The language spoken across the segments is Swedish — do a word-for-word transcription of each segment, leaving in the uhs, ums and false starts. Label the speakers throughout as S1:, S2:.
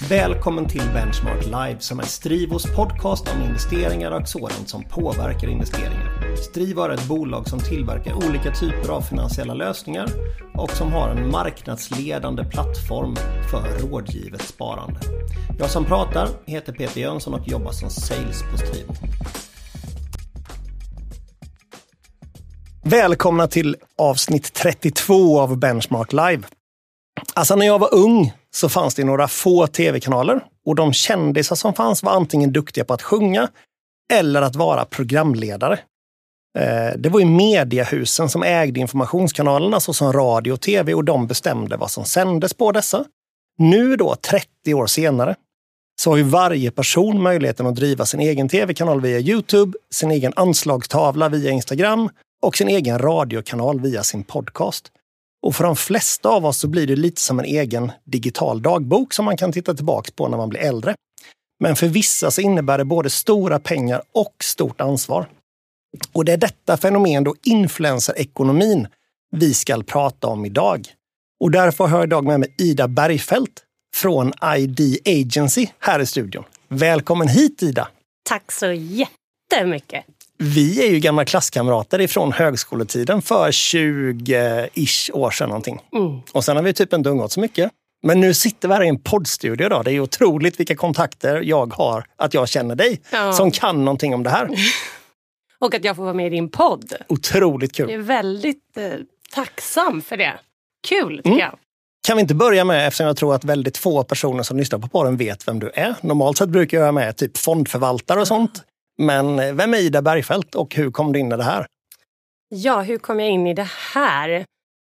S1: Välkommen till Benchmark Live som är Strivos podcast om investeringar och sådant som påverkar investeringar. Strivo är ett bolag som tillverkar olika typer av finansiella lösningar och som har en marknadsledande plattform för rådgivet sparande. Jag som pratar heter Peter Jönsson och jobbar som sales på Strivo. Välkomna till avsnitt trettiotvå av Benchmark Live. Alltså när jag var ung så fanns det några få tv-kanaler och de kändisar som fanns var antingen duktiga på att sjunga eller att vara programledare. Det var ju mediehusen som ägde informationskanalerna såsom radio och tv och de bestämde vad som sändes på dessa. Nu då, trettio år senare, så har ju varje person möjligheten att driva sin egen tv-kanal via YouTube, sin egen anslagstavla via Instagram och sin egen radiokanal via sin podcast. Och för de flesta av oss så blir det lite som en egen digital dagbok som man kan titta tillbaka på när man blir äldre. Men för vissa så innebär det både stora pengar och stort ansvar. Och det är detta fenomen då influencer-ekonomin vi ska prata om idag. Och därför har jag idag med mig Ida Bergfeldt från I D Agency här i studion. Välkommen hit Ida!
S2: Tack så jättemycket!
S1: Vi är ju gamla klasskamrater ifrån högskoletiden för tjugo-ish år sedan någonting. Mm. Och sen har vi typ inte umgått så mycket. Men nu sitter vi här i en poddstudio då. Det är otroligt vilka kontakter jag har att jag känner dig ja. Som kan någonting om det här.
S2: Och att jag får vara med i din podd.
S1: Otroligt kul.
S2: Jag är väldigt eh, tacksam för det. Kul tycker mm. jag.
S1: Kan vi inte börja med, eftersom jag tror att väldigt få personer som lyssnar på podden vet vem du är. Normalt sett brukar jag ha med typ fondförvaltare och sånt. Men vem är Ida Bergfeldt och hur kom du in i det här?
S2: Ja, hur kom jag in i det här?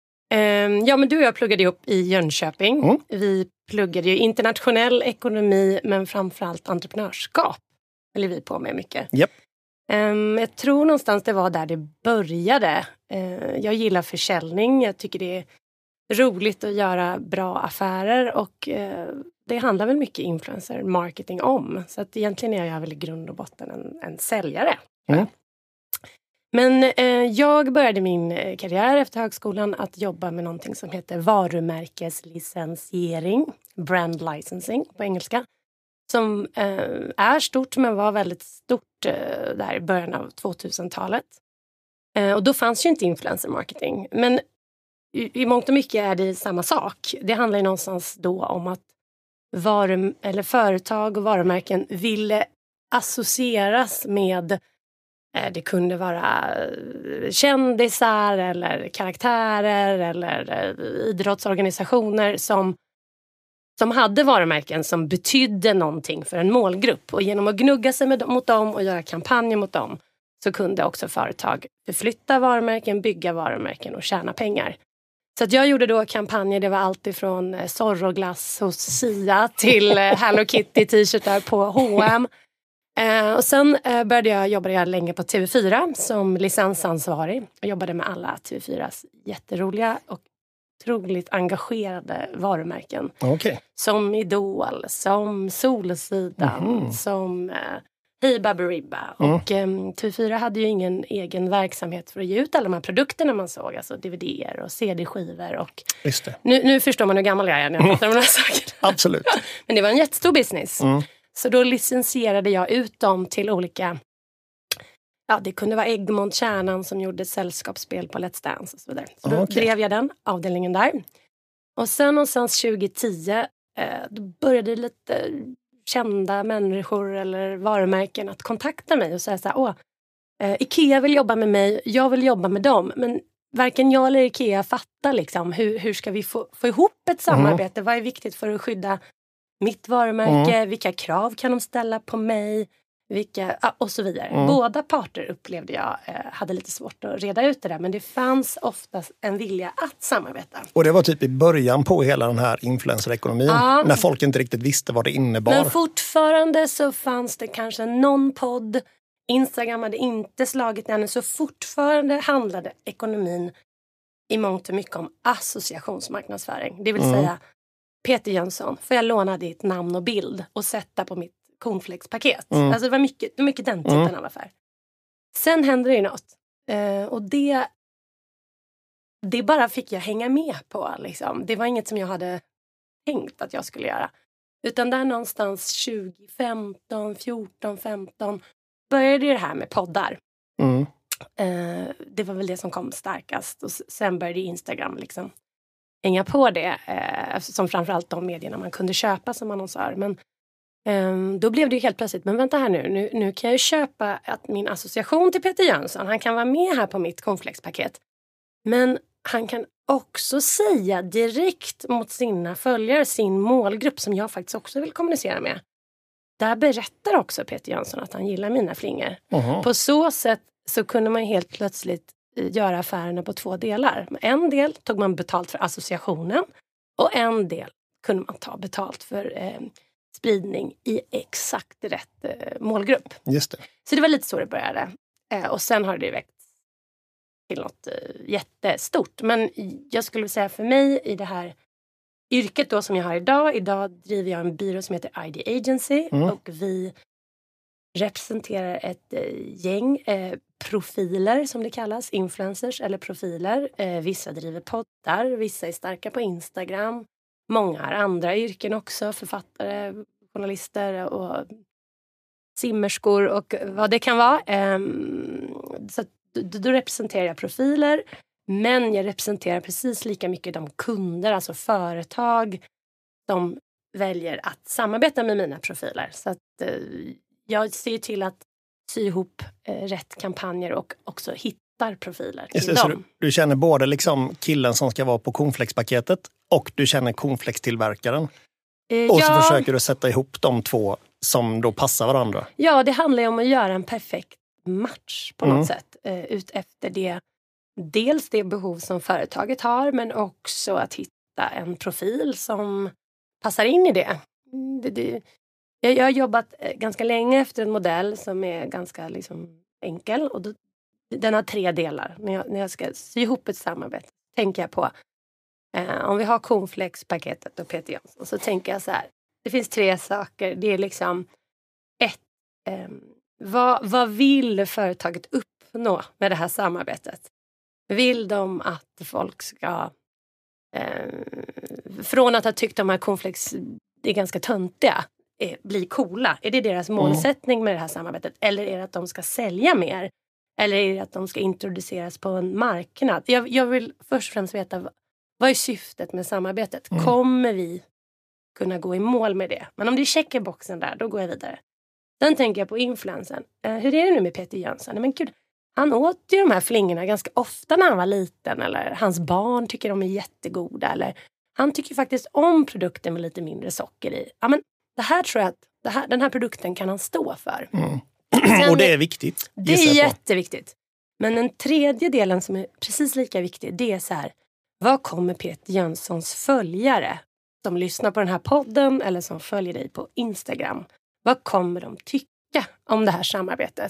S2: Um, ja, men du och jag pluggade upp i Jönköping. Mm. Vi pluggade ju internationell ekonomi men framförallt entreprenörskap. Eller vi på med mycket.
S1: Yep.
S2: Um, jag tror någonstans det var där det började. Uh, jag gillar försäljning. Jag tycker det är roligt att göra bra affärer och uh, det handlar väl mycket influencer marketing om. Så att egentligen är jag väl i grund och botten en, en säljare. Mm. Men eh, jag började min karriär efter högskolan att jobba med någonting som heter varumärkeslicensiering. Brand licensing på engelska. Som eh, är stort men var väldigt stort eh, där i början av tvåtusentalet. Eh, och då fanns ju inte influencer marketing. Men i, i mångt och mycket är det samma sak. Det handlar ju någonstans då om att Varum, eller företag och varumärken ville associeras med, eh, det kunde vara kändisar eller karaktärer eller eh, idrottsorganisationer som, som hade varumärken som betydde någonting för en målgrupp. Och genom att gnugga sig med, mot dem och göra kampanjer mot dem så kunde också företag förflytta varumärken, bygga varumärken och tjäna pengar. Så att jag gjorde då kampanjer, det var allt ifrån Zorro-glass hos Sia till Hello Kitty t-shirtar på H och M. Eh, och sen eh, började jag jobba länge på T V fyra som licensansvarig. Jag jobbade med alla T V fyras jätteroliga och otroligt engagerade varumärken.
S1: Okay.
S2: Som Idol, som Solsidan, mm. som... Eh, Hey Baberiba. Mm. Och um, T V fyra hade ju ingen egen verksamhet för att ge ut alla de här produkterna man såg. Alltså D V D-er och C D-skivor. Och
S1: Just det.
S2: Nu, nu förstår man hur gammal jag är när jag pratar om de här sakerna.
S1: Absolut.
S2: Men det var en jättestor business.
S1: Mm.
S2: Så då licensierade jag ut dem till olika... Ja, det kunde vara Egmont Kärnan som gjorde sällskapsspel på Let's Dance och så vidare. Så då okay. drev jag den avdelningen där. Och sen någonstans tjugo tio eh, då började det lite... kända människor eller varumärken att kontakta mig och säga så här, åh, eh, Ikea vill jobba med mig, jag vill jobba med dem, men varken jag eller Ikea fattar liksom, hur, hur ska vi få, få ihop ett samarbete, mm. vad är viktigt för att skydda mitt varumärke, mm. vilka krav kan de ställa på mig, vilka, ah, och så vidare. Mm. Båda parter upplevde jag eh, hade lite svårt att reda ut det där, men det fanns oftast en vilja att samarbeta.
S1: Och det var typ i början på hela den här influencer-ekonomin, ja. När folk inte riktigt visste vad det innebar.
S2: Men fortfarande så fanns det kanske någon podd, Instagram hade inte slagit ännu, så fortfarande handlade ekonomin i mångt och mycket om associationsmarknadsföring. Det vill mm. säga, Peter Jönsson, får jag låna ditt namn och bild och sätta på mitt cornflakespaket. Mm. Alltså det var mycket, det var mycket den typen mm. av affär. Sen hände det ju något. Eh, och det det bara fick jag hänga med på. Liksom. Det var inget som jag hade tänkt att jag skulle göra. Utan där någonstans tjugo femton, fjorton, femton började det här med poddar.
S1: Mm.
S2: Eh, det var väl det som kom starkast. Och sen började Instagram liksom hänga på det. Eh, som framförallt de medierna man kunde köpa som annonsör. Men eh, då blev det ju helt plötsligt, men vänta här nu. Nu, nu kan jag ju köpa att min association till Peter Jönsson, han kan vara med här på mitt cornflakespaket. Men han kan också säga direkt mot sina följare, sin målgrupp som jag faktiskt också vill kommunicera med. Där berättar också Peter Jönsson att han gillar mina flingor. Uh-huh. På så sätt så kunde man helt plötsligt göra affärerna på två delar. En del tog man betalt för associationen och en del kunde man ta betalt för eh, spridning i exakt rätt eh, målgrupp.
S1: Just det.
S2: Så det var lite så det började. Eh, och sen har det växt till något eh, jättestort. Men jag skulle säga för mig i det här yrket då som jag har idag. Idag driver jag en byrå som heter I D Agency. Mm. Och vi representerar ett eh, gäng eh, profiler som det kallas. Influencers eller profiler. Eh, vissa driver poddar. Vissa är starka på Instagram. Många har andra yrken också. Författare, journalister och simmerskor och vad det kan vara. Eh, så att, då, då representerar jag profiler. Men jag representerar precis lika mycket de kunder, alltså företag som väljer att samarbeta med mina profiler. Så att eh, jag ser till att sy ihop eh, rätt kampanjer och också hittar profiler till
S1: Just det,
S2: dem.
S1: Så du, du känner både liksom killen som ska vara på cornflakespaketet och du känner cornflakestillverkaren. Eh, och så ja, försöker du sätta ihop de två som då passar varandra.
S2: Ja, det handlar ju om att göra en perfekt match på mm. något sätt. Eh, ut efter det. Dels det behov som företaget har, men också att hitta en profil som passar in i det. det, det jag, jag har jobbat ganska länge efter en modell som är ganska liksom enkel. Och då, den har tre delar. När jag, när jag ska sy ihop ett samarbete tänker jag på eh, om vi har cornflakespaketet och Peter Jönsson, så tänker jag så här. Det finns tre saker. Det är liksom ett, eh, vad, vad vill företaget uppnå med det här samarbetet? Vill de att folk ska eh, från att ha tyckt att de här cornflakes är ganska töntiga eh, bli coola? Är det deras målsättning med det här samarbetet? Eller är det att de ska sälja mer? Eller är det att de ska introduceras på en marknad? Jag, jag vill först och främst veta vad är syftet med samarbetet? Mm. Kommer vi kunna gå i mål med det? Men om det checkar boxen där, då går jag vidare. Sen tänker jag på influensen. Eh, hur är det nu med Peter Jönsson? Nej, men gud, han åt ju de här flingorna ganska ofta när han var liten. Eller hans barn tycker de är jättegoda. Eller han tycker faktiskt om produkten med lite mindre socker i. Ja, men det här tror jag att det här, den här produkten kan han stå för.
S1: Mm. Och det är viktigt.
S2: Det är jätteviktigt. Men den tredje delen som är precis lika viktig, det är så här. Vad kommer Peter Jönssons följare som lyssnar på den här podden eller som följer dig på Instagram? Vad kommer de tycka om det här samarbetet?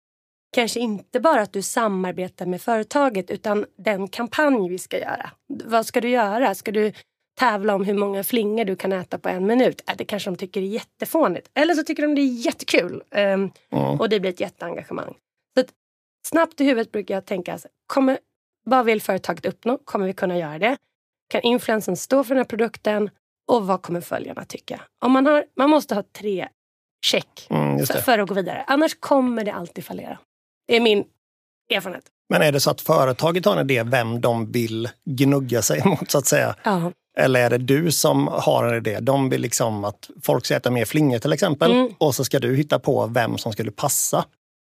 S2: Kanske inte bara att du samarbetar med företaget utan den kampanj vi ska göra. Vad ska du göra? Ska du tävla om hur många flingor du kan äta på en minut? Äh, det kanske de tycker är jättefånigt. Eller så tycker de det är jättekul. Um, mm. Och det blir ett jätteengagemang. Så att, snabbt i huvudet brukar jag tänka, alltså, kommer, vad vill företaget uppnå? Kommer vi kunna göra det? Kan influensen stå för den här produkten? Och vad kommer följarna tycka? Om man, har, man måste ha tre check mm, för, för att gå vidare. Annars kommer det alltid fallera. Det är min erfarenhet.
S1: Men är det så att företaget har en idé vem de vill gnugga sig mot så att säga?
S2: Ja.
S1: Eller är det du som har en idé? De vill liksom att folk ska äta mer flingor till exempel. Mm. Och så ska du hitta på vem som skulle passa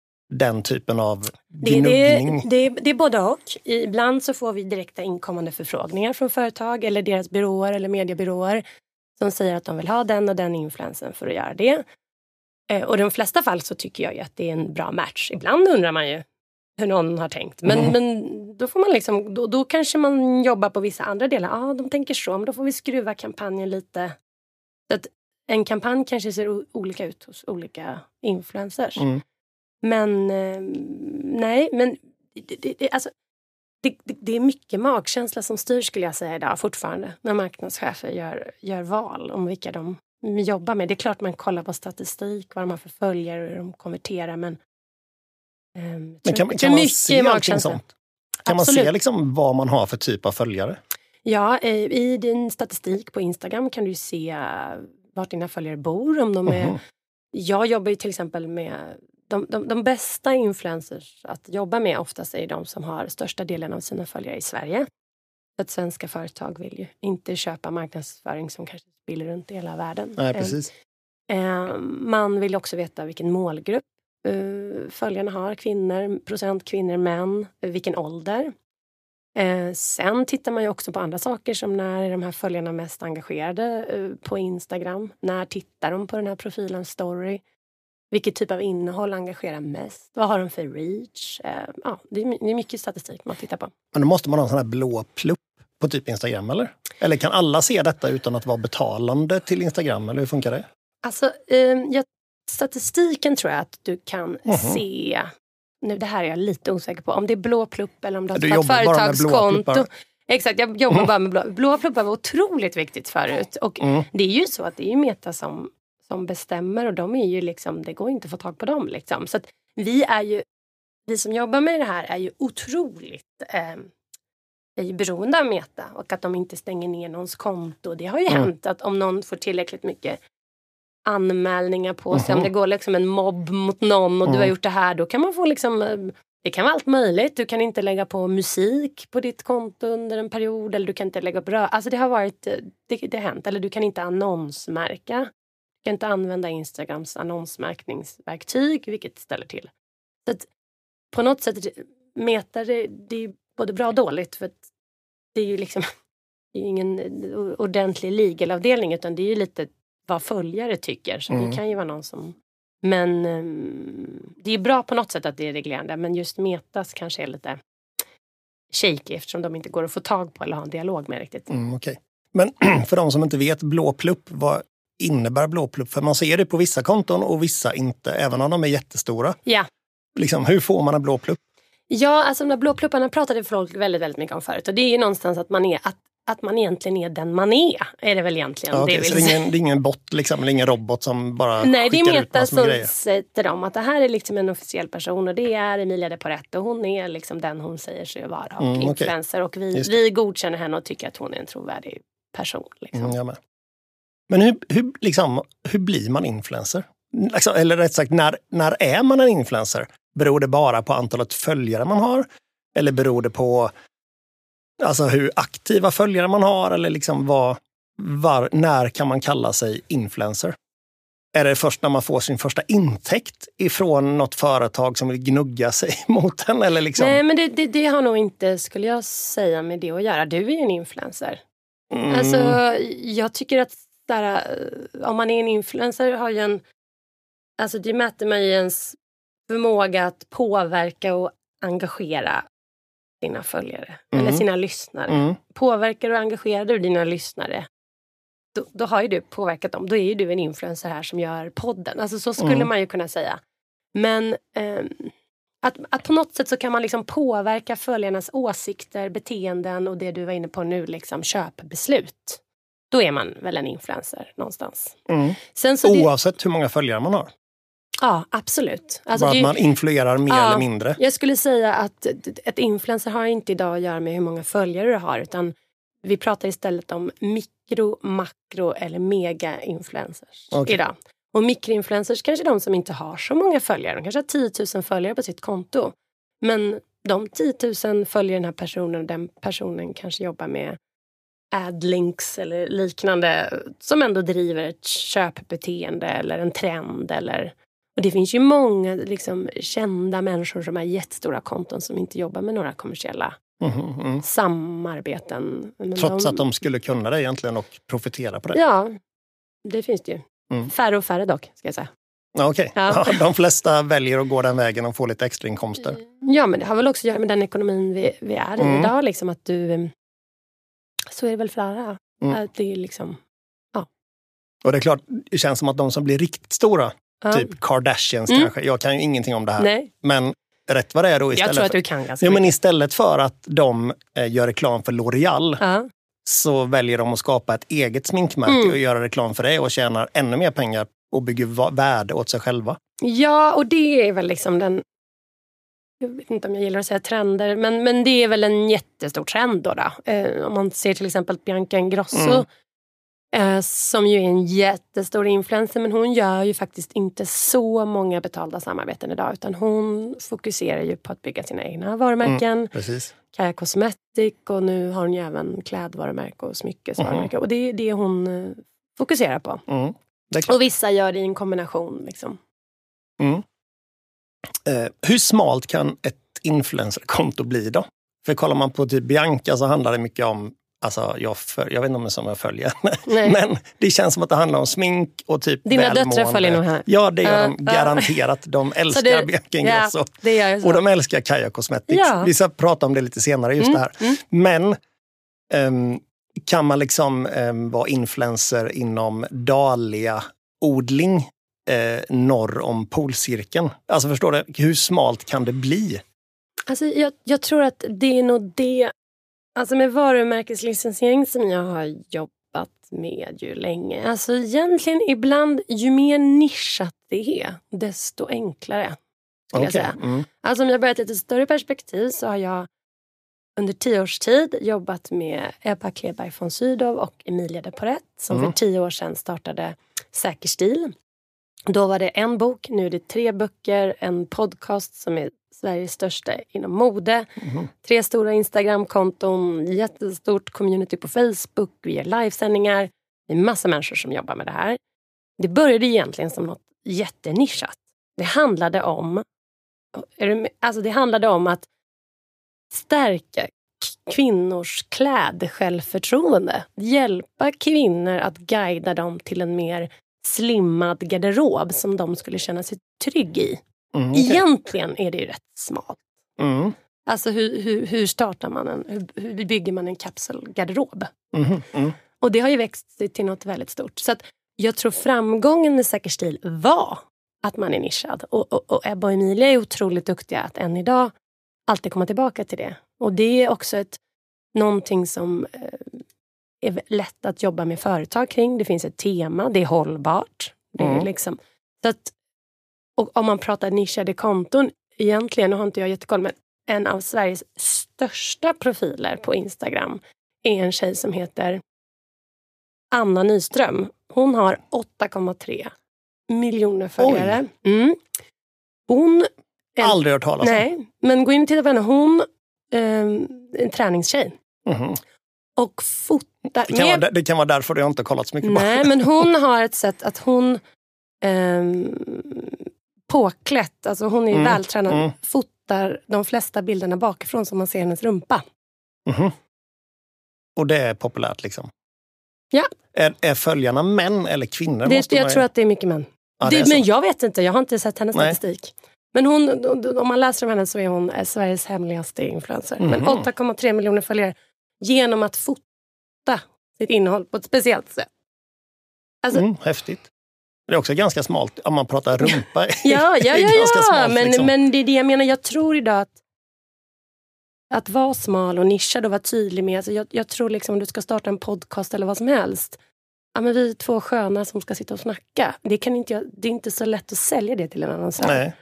S1: den typen av gnuggning.
S2: Det, det, det, det är både och. Ibland så får vi direkta inkommande förfrågningar från företag eller deras byråer eller mediebyråer som säger att de vill ha den och den influensen för att göra det. Och i de flesta fall så tycker jag ju att det är en bra match. Ibland undrar man ju hur någon har tänkt. Men, mm. men då får man liksom, då, då kanske man jobbar på vissa andra delar. Ja, ah, de tänker så, men då får vi skruva kampanjen lite. Så att en kampanj kanske ser o- olika ut hos olika influencers. Mm. Men eh, nej, men det, det, det, alltså, det, det, det är mycket magkänsla som styr skulle jag säga idag fortfarande. När marknadschefer gör, gör val om vilka de jobbar med. Det är klart man kollar på statistik, vad de har för följare och hur de konverterar, men um,
S1: men kan, kan man se allting sånt? Kan Absolut. Man se liksom vad man har för typ av följare?
S2: Ja, i din statistik på Instagram kan du se vart dina följare bor. Om de är, mm. Jag jobbar ju till exempel med de, de, de bästa influencers att jobba med oftast är de som har största delen av sina följare i Sverige. Att svenska företag vill ju inte köpa marknadsföring som kanske spiller runt i hela världen.
S1: Nej, precis.
S2: Eh, man vill också veta vilken målgrupp eh, följarna har. Kvinnor, procent kvinnor, män, eh, vilken ålder. Eh, sen tittar man ju också på andra saker som när är de här följarna mest engagerade eh, på Instagram. När tittar de på den här profilen story? Vilket typ av innehåll engagerar mest? Vad har de för reach? Eh, ja, det är, det är mycket statistik man tittar på.
S1: Men då måste man ha en sån här blå plupp på typ Instagram, eller? Eller kan alla se detta utan att vara betalande till Instagram, eller hur funkar det?
S2: Alltså, eh, jag, statistiken tror jag att du kan mm-hmm. se... Nu, det här är jag lite osäker på. Om det är blå plupp eller om det är ett företagskonto. Exakt, jag jobbar mm. bara med blå. Blå pluppar var otroligt viktigt förut. Och mm. det är ju så att det är ju Meta som, som bestämmer. Och de är ju liksom, det går inte att få tag på dem liksom. Så att vi är ju, vi som jobbar med det här är ju otroligt eh, är ju beroende av Meta. Och att de inte stänger ner någons konto. Det har ju mm. hänt att om någon får tillräckligt mycket anmälningar på sig. Mm-hmm. Om det går liksom en mobb mot någon och mm. du har gjort det här, då kan man få liksom, det kan vara allt möjligt. Du kan inte lägga på musik på ditt konto under en period, eller du kan inte lägga upp rör. Alltså det har varit, det, det har hänt. Eller du kan inte annonsmärka. Du kan inte använda Instagrams annonsmärkningsverktyg, vilket ställer till. Så att på något sätt, Meta, det, det är både bra och dåligt, för att det är ju liksom, det är ju ingen ordentlig legalavdelning, utan det är ju lite vad följare tycker. Så mm. det kan ju vara någon som... Men um, det är bra på något sätt att det är reglerande. Men just Metas kanske är lite shaky eftersom de inte går att få tag på eller ha en dialog med riktigt.
S1: Mm, okej. Men för de som inte vet, blåplupp, vad innebär blåplupp? För man ser det på vissa konton och vissa inte, även om de är jättestora.
S2: Ja.
S1: Liksom, hur får man en blåplupp?
S2: Ja, alltså de där blåplupparna pratade folk väldigt, väldigt mycket om förut. Och det är ju någonstans att man är... Att Att man egentligen är den man är, är det väl egentligen.
S1: Ja, okay,
S2: det,
S1: så det, är ingen, det är ingen bot, liksom, eller ingen robot som bara
S2: Nej,
S1: skickar
S2: det är
S1: ut massor med grejer.
S2: Meta som säger dem att det här är liksom en officiell person och det är Emilia de Porrette och hon är liksom den hon säger sig vara och mm, influencer. Okay. Och vi, vi godkänner henne och tycker att hon är en trovärdig person. Liksom.
S1: Mm, jag med. Men hur, hur, liksom, hur blir man influencer? Alltså, eller rätt sagt, när, när är man en influencer? Beror det bara på antalet följare man har? Eller beror det på alltså hur aktiva följare man har, eller liksom vad, var, när kan man kalla sig influencer? Är det först när man får sin första intäkt ifrån något företag som vill gnugga sig mot en? Eller liksom?
S2: Nej, men det, det, det har nog inte, skulle jag säga, med det att göra. Du är ju en influencer. Mm. Alltså, jag tycker att där, om man är en influencer har ju en, alltså det mäter man ju ens förmåga att påverka och engagera sina följare, mm. eller sina lyssnare. Mm. Påverkar och engagerar du dina lyssnare, då, då har ju du påverkat dem. Då är ju du en influencer här som gör podden. Alltså så skulle mm. man ju kunna säga. Men eh, att, att på något sätt så kan man liksom påverka följarnas åsikter, beteenden och det du var inne på nu, liksom köpbeslut. Då är man väl en influencer någonstans. Mm. Sen så
S1: Oavsett det, hur många följare man har.
S2: Ja, absolut. Alltså,
S1: bara att
S2: det,
S1: man influerar mer ja, eller mindre.
S2: Jag skulle säga att ett influencer har inte idag att göra med hur många följare du har, utan vi pratar istället om mikro, makro eller mega-influencers okay. idag. Och mikroinfluencers kanske är de som inte har så många följare. De kanske har tio tusen följare på sitt konto. Men de tio tusen följer den här personen och den personen kanske jobbar med adlinks eller liknande som ändå driver ett köpbeteende eller en trend eller... Och det finns ju många liksom, kända människor som har jättestora konton som inte jobbar med några kommersiella mm, mm. samarbeten. Men
S1: trots
S2: de...
S1: att de skulle kunna det egentligen och profitera på det.
S2: Ja, det finns det ju. Mm. Färre och färre dock, ska jag säga.
S1: Ja, okej. Okay. Ja. Ja, de flesta väljer att gå den vägen och få lite extra inkomster.
S2: Ja, men det har väl också att göra med den ekonomin vi, vi är i mm. idag. Liksom, att du... Så är det väl för alla. Mm. Att det är liksom... Ja.
S1: Och det är klart, det känns som att de som blir riktigt stora, ja. typ Kardashians mm. kanske. Jag kan ju ingenting om det här. Nej. Men rätt vad det är då istället.
S2: Jag tror att du kan ganska
S1: ja, men istället för att de eh, gör reklam för L'Oreal ja. så väljer de att skapa ett eget sminkmärke mm. och göra reklam för det och tjänar ännu mer pengar och bygger värde åt sig själva.
S2: Ja, och det är väl liksom den... Jag vet inte om jag gillar att säga trender, men, men det är väl en jättestor trend då. då. Eh, om man ser till exempel Bianca Ingrosso Eh, som ju är en jättestor influencer, men hon gör ju faktiskt inte så många betalda samarbeten idag, utan hon fokuserar ju på att bygga sina egna varumärken.
S1: Mm, precis.
S2: Kaja Cosmetic, och nu har hon ju även klädvarumärke och smyckesvarumärke. Mm. Och det är det hon eh, fokuserar på.
S1: Mm,
S2: och vissa gör det i en kombination liksom.
S1: Mm. Eh, hur smalt kan ett influencerkonto bli då? För kollar man på typ Bianca så handlar det mycket om, alltså jag, för, jag vet inte om det är som jag följer, men det känns som att det handlar om smink och typ
S2: dina
S1: välmående.
S2: Döttrar följer nog här.
S1: Ja, det gör
S2: uh,
S1: de garanterat. De älskar
S2: det,
S1: Bianca Ingrosso.
S2: Ja,
S1: och de älskar Kaja Cosmetics. Ja. Vi ska prata om det lite senare, just mm, det här. Mm. Men um, kan man liksom um, vara influencer inom dahlia odling eh, norr om polcirkeln? Alltså förstår du, hur smalt kan det bli?
S2: Alltså jag, jag tror att det är nog det, alltså med varumärkeslicensiering som jag har jobbat med ju länge. Alltså egentligen ibland, ju mer nischat det är, desto enklare. Skulle okay. jag säga. Mm. Alltså om jag börjar ett större perspektiv så har jag under tio års tid jobbat med Ebba Kleberg von Sydow och Emilia de Porrett som mm. för tio år sedan startade Säker stil. Då var det en bok, nu är det tre böcker, en podcast som är Sveriges största inom mode. Mm. Tre stora Instagram-konton, jättestort community på Facebook, vi gör livesändningar. Det är massa människor som jobbar med det här. Det började egentligen som något jättenischat. Det handlade om, alltså det handlade om att stärka kvinnors klädsjälvförtroende. Hjälpa kvinnor att guida dem till en mer slimmad garderob som de skulle känna sig trygg i. Mm, okay. Egentligen är det ju rätt smalt. Mm. Alltså hur, hur, hur startar man en, hur, hur bygger man en kapselgarderob? Mm, mm. Och det har ju växt till något väldigt stort. Så att jag tror framgången med Säker stil var att man är nischad. Och, och, och Ebba och Emilia är otroligt duktiga att än idag alltid komma tillbaka till det. Och det är också ett, någonting som eh, är lätt att jobba med företag kring. Det finns ett tema, det är hållbart. Det är mm. liksom, så att, och om man pratar nischade konton, egentligen, nu har inte jag jättekoll, men en av Sveriges största profiler på Instagram är en tjej som heter Anna Nyström. Hon har åtta komma tre miljoner följare. Mm. Hon... En,
S1: Aldrig hört talas om.
S2: Nej, men gå in och titta på henne. Hon är eh, en träningstjej. Mm. Och fotar...
S1: Det kan, med, vara, det kan vara därför jag inte kollat så mycket på.
S2: Nej, men hon har ett sätt att hon eh, påklätt, alltså hon är mm. vältränad, mm. fotar de flesta bilderna bakifrån som man ser hennes rumpa.
S1: Mm. Och det är populärt liksom?
S2: Ja.
S1: Är, är följarna män eller kvinnor?
S2: Det, jag tror att det är mycket män.
S1: Ja,
S2: det,
S1: det
S2: men jag vet inte, jag har inte sett hennes
S1: Nej.
S2: statistik. Men hon, om man läser om henne så är hon Sveriges hemligaste influencer. Mm. Men åtta komma tre miljoner följare genom att fota sitt innehåll på ett speciellt sätt. Alltså,
S1: mm, häftigt. Det är också ganska smalt om man pratar rumpa.
S2: ja, ja, ja, ja.
S1: Smalt,
S2: men,
S1: liksom.
S2: men det är det jag menar. Jag tror idag att att vara smal och nischad och vara tydlig med. Alltså jag, jag tror liksom om du ska starta en podcast eller vad som helst. Ja, men vi är två sköna som ska sitta och snacka. Det, kan inte jag, det är inte så lätt att sälja det till en annan.
S1: Nej.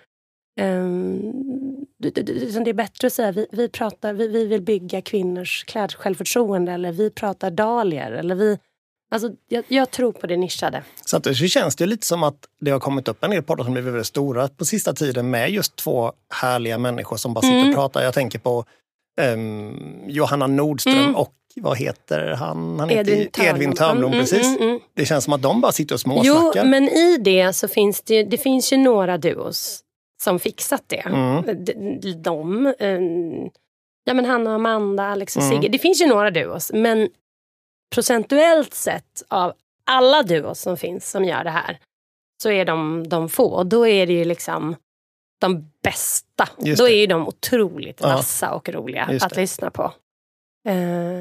S2: Um, det, det, det är bättre att säga vi, vi, pratar, vi, vi vill bygga kvinnors klädsjälvförtroende eller vi pratar dahlior eller vi, alltså jag, jag tror på det nischade.
S1: Så att det känns det lite som att det har kommit upp en del poddar som blivit väldigt stora på sista tiden med just två härliga människor som bara sitter mm. och pratar. Jag tänker på um, Johanna Nordström mm. och vad heter han? Han heter Edvin Törnblom, Edvin Törnblom mm, precis. Mm, mm. Det känns som att de bara sitter och småsnackar.
S2: Jo, men i det så finns det, det finns ju några duos som fixat det. Mm. De, de ja men Hanna och Amanda, Alex och Sigge. Mm. Det finns ju några duos, men procentuellt sett av alla duos som finns som gör det här så är de, de få. Och då är det ju liksom de bästa. Just då det. Är ju de otroligt vassa ja. Och roliga Just att det. Lyssna på. Uh,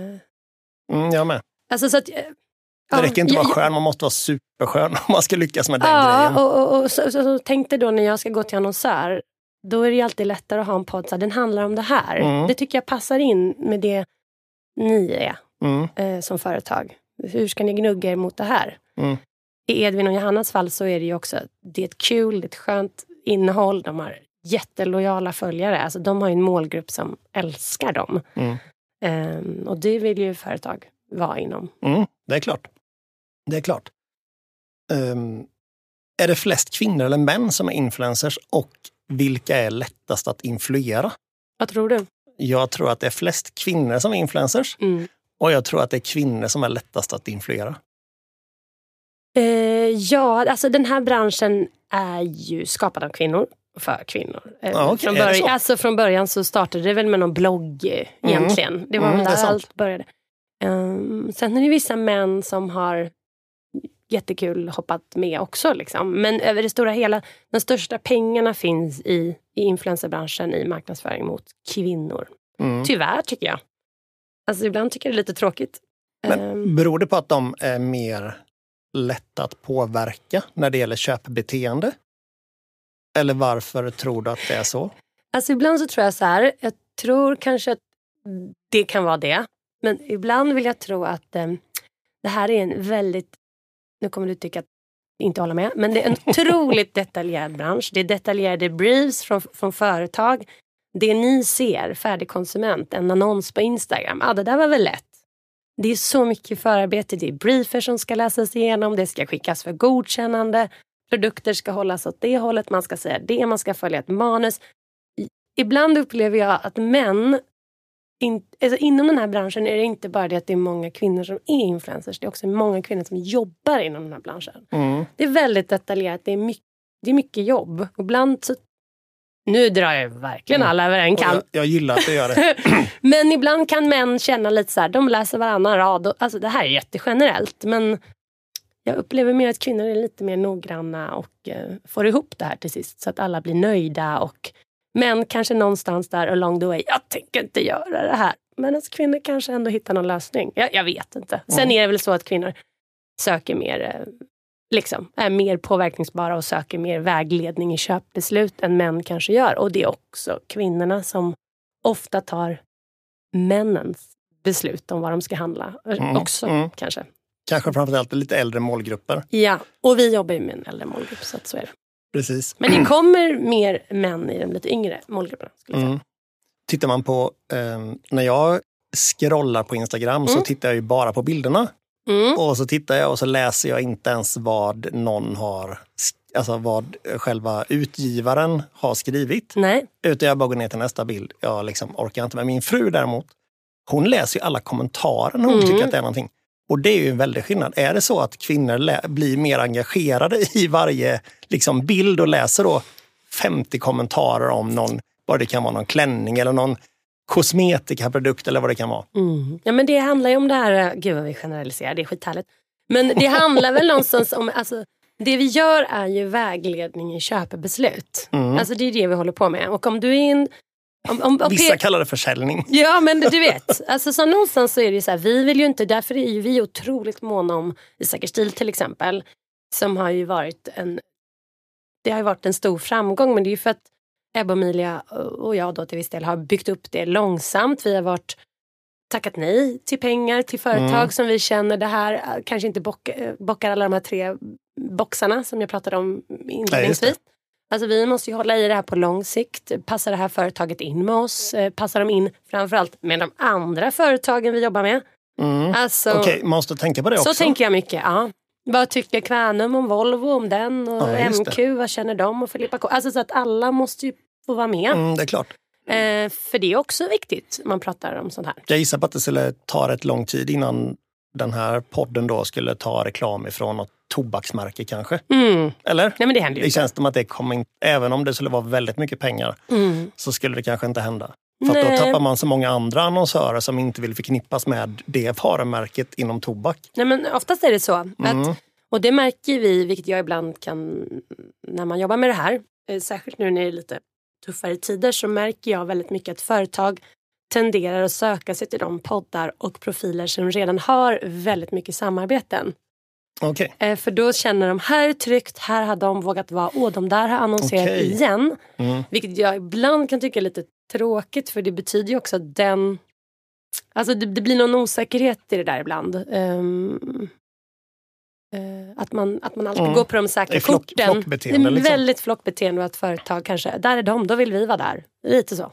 S1: mm, jag med.
S2: Alltså så att...
S1: Det räcker inte att vara skön, man måste vara superskön om man ska lyckas med den
S2: ja,
S1: grejen.
S2: Ja, och, och, och så, så, så tänkte då när jag ska gå till annonsör, då är det ju alltid lättare att ha en podd så här, den handlar om det här. Mm. Det tycker jag passar in med det ni är mm. eh, som företag. Hur ska ni gnugga er mot det här? Mm. I Edvin och Johannas fall så är det ju också, det är ett kul, det är ett skönt innehåll, de har jättelojala följare. Alltså de har ju en målgrupp som älskar dem. Mm. Um, och det vill ju företag vara inom.
S1: Mm, det är klart. Det är klart. Um, är det flest kvinnor eller män som är influencers och vilka är lättast att influera?
S2: Vad tror du?
S1: Jag tror att det är flest kvinnor som är influencers
S2: Mm.
S1: och jag tror att det är kvinnor som är lättast att influera.
S2: Eh, ja, alltså den här branschen är ju skapad av kvinnor för kvinnor. Eh,
S1: Ja, okay.
S2: från, början, alltså från början så startade det väl med någon blogg eh, egentligen. Mm. Det var
S1: mm,
S2: väl där
S1: det
S2: allt började. Um, sen är det vissa män som har jättekul hoppat med också. Liksom. Men över det stora hela, de största pengarna finns i, i influencerbranschen i marknadsföring mot kvinnor.
S1: Mm.
S2: Tyvärr tycker jag. Alltså ibland tycker jag det är lite tråkigt.
S1: Men
S2: um,
S1: beror det på att de är mer lätta att påverka när det gäller köpbeteende? Eller varför tror du att det är så?
S2: Alltså ibland så tror jag så här, jag tror kanske att det kan vara det. Men ibland vill jag tro att um, det här är en väldigt, nu kommer du tycka att inte hålla med, men det är en otroligt detaljerad bransch. Det är detaljerade briefs från, från företag. Det ni ser, färdig konsument, en annons på Instagram, ja det där var väl lätt. Det är så mycket förarbete, det är briefer som ska läsas igenom, det ska skickas för godkännande, produkter ska hållas åt det hållet, man ska säga det, man ska följa ett manus. Ibland upplever jag att män, in, alltså inom den här branschen är det inte bara det att det är många kvinnor som är influencers, det är också många kvinnor som jobbar inom den här branschen.
S1: Mm.
S2: Det är väldigt detaljerat, det är mycket, det är mycket jobb. Och ibland så, nu drar jag verkligen alla över en kam.
S1: Jag, jag gillar att du gör det.
S2: Men ibland kan män känna lite så här, de läser varannan rad. Och, alltså det här är jättegenerellt, men jag upplever mer att kvinnor är lite mer noggranna och eh, får ihop det här till sist. Så att alla blir nöjda och män kanske någonstans där along the way, jag tänker inte göra det här. Men alltså, kvinnor kanske ändå hittar någon lösning. Jag, jag vet inte. Sen
S1: Mm.
S2: är det väl så att kvinnor söker mer, eh, liksom, är mer påverkningsbara och söker mer vägledning i köpbeslut än män kanske gör. Och det är också kvinnorna som ofta tar männens beslut om vad de ska handla.
S1: Mm.
S2: Också
S1: Mm.
S2: kanske.
S1: Kanske framförallt lite äldre målgrupper.
S2: Ja, och vi jobbar ju med en äldre målgrupp, så att så är det.
S1: Precis.
S2: Men det kommer mer män i de lite yngre målgrupperna, skulle jag säga.
S1: Mm. Tittar man på, eh, när jag scrollar på Instagram
S2: Mm.
S1: så tittar jag ju bara på bilderna.
S2: Mm.
S1: Och så tittar jag och så läser jag inte ens vad någon har, alltså vad själva utgivaren har skrivit.
S2: Nej.
S1: Utan jag bara går ner till nästa bild. Jag liksom orkar inte. Men min fru däremot, hon läser ju alla kommentarer när hon
S2: Mm.
S1: tycker att det är någonting. Och det är ju en väldig skillnad. Är det så att kvinnor lä- blir mer engagerade i varje liksom, bild och läser då femtio kommentarer om någon, vad det kan vara, någon klänning eller någon kosmetikaprodukt eller vad det kan vara.
S2: Mm. Ja, men det handlar ju om det här, gud vad vi generaliserar, det är skithärligt. Men det handlar väl någonstans om, alltså, det vi gör är ju vägledning i köpebeslut.
S1: Mm.
S2: Alltså det är det vi håller på med. Och om du är in... Om, om, om
S1: Vissa
S2: P-
S1: kallar det försäljning.
S2: Ja, men du vet, alltså så någonstans så är det ju så här, vi vill ju inte, därför är ju vi otroligt måna om Isak Stil till exempel, som har ju varit en, det har ju varit en stor framgång, men det är ju för att Ebba och Emilia och jag då till viss del har byggt upp det långsamt. Vi har varit tackat nej till pengar till företag
S1: Mm.
S2: som vi känner det här kanske inte bock, bockar alla de här tre boxarna som jag pratade om inledningsvis.
S1: Ja,
S2: alltså vi måste ju hålla i det här på lång sikt. Passar det här företaget in med oss? Passar de in framförallt med de andra företagen vi jobbar med?
S1: Mm.
S2: Alltså,
S1: Okej, okay, man måste tänka på det också.
S2: Så tänker jag mycket, ja. Vad tycker Kvänum om Volvo, om den? Och
S1: Ja, just det.
S2: M Q, vad känner de? Och Filippa K. Alltså så att alla måste ju få vara med.
S1: Mm, det är klart.
S2: Eh, för det är också viktigt man pratar om sånt här.
S1: Jag gissar på att det skulle ta rätt lång tid innan den här podden då skulle ta reklam ifrån något tobaksmärke kanske.
S2: Mm.
S1: Eller?
S2: Nej, men det händer ju
S1: Det
S2: inte.
S1: känns som att det kommer inte, även om det skulle vara väldigt mycket pengar
S2: Mm.
S1: så skulle det kanske inte hända. För att då
S2: Nej.
S1: tappar man så många andra annonsörer som inte vill förknippas med det varumärket inom tobak.
S2: Nej, men oftast är det så.
S1: Mm.
S2: Att, och det märker vi, vilket jag ibland kan, när man jobbar med det här, eh, särskilt nu när det är lite tuffare tider, så märker jag väldigt mycket att företag tenderar att söka sig till de poddar och profiler som redan har väldigt mycket samarbeten.
S1: Okej.
S2: Eh, för då känner de, här är tryggt, här har de vågat vara, och de där har annonserat
S1: Okej.
S2: igen.
S1: Mm.
S2: Vilket jag ibland kan tycka är lite tråkigt, för det betyder ju också att den, alltså det, det blir någon osäkerhet i det där ibland. Um, uh, att, man, att man alltid
S1: Mm.
S2: går på de
S1: Det
S2: säkra
S1: är flock-
S2: korten.
S1: flockbeteende,
S2: Det är
S1: liksom.
S2: väldigt flockbeteende, och att företag kanske, där är de, då vill vi vara där. Lite så.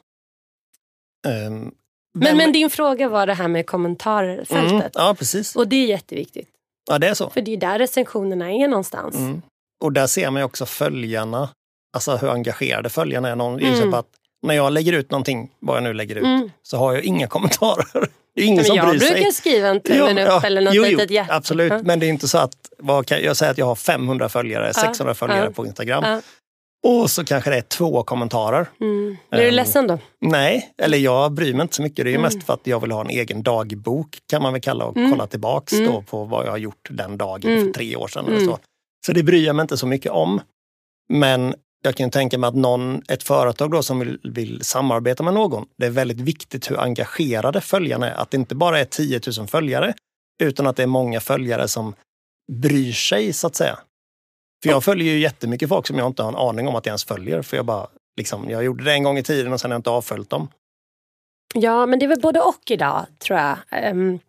S1: Um,
S2: Men, men din fråga var det här med kommentarfältet.
S1: Mm. Ja, precis.
S2: Och det är jätteviktigt.
S1: Ja, det är så.
S2: För det är där recensionerna är någonstans.
S1: Mm. Och där ser man ju också följarna, alltså hur engagerade följarna är. Någon, mm. att när jag lägger ut någonting, vad jag nu lägger ut, mm. så har jag inga kommentarer. Det är ingen men som
S2: jag
S1: bryr sig.
S2: Jag brukar skriva en tummen upp ja, eller något
S1: jo,
S2: litet hjärta.
S1: Absolut,
S2: ja.
S1: Men det är inte så att, vad kan, jag säger att jag har femhundra följare, ja. sexhundra följare ja. på Instagram. Ja. Och så kanske det är två kommentarer.
S2: Mm. Blir du um, ledsen då?
S1: Nej, eller jag bryr mig inte så mycket. Det är ju mm. mest för att jag vill ha en egen dagbok, kan man väl kalla, och mm. kolla tillbaks mm. då på vad jag har gjort den dagen mm. för tre år sedan. Mm. Eller så. Så det bryr jag mig inte så mycket om. Men jag kan tänka mig att någon, ett företag då som vill, vill samarbeta med någon, det är väldigt viktigt hur engagerade följarna är. Att det inte bara är tio tusen följare, utan att det är många följare som bryr sig, så att säga. För jag följer ju jättemycket folk som jag inte har en aning om att jag ens följer. För jag bara, liksom, jag gjorde det en gång i tiden och sen har jag inte avföljt dem.
S2: Ja, men det är väl både och idag, tror jag. Um,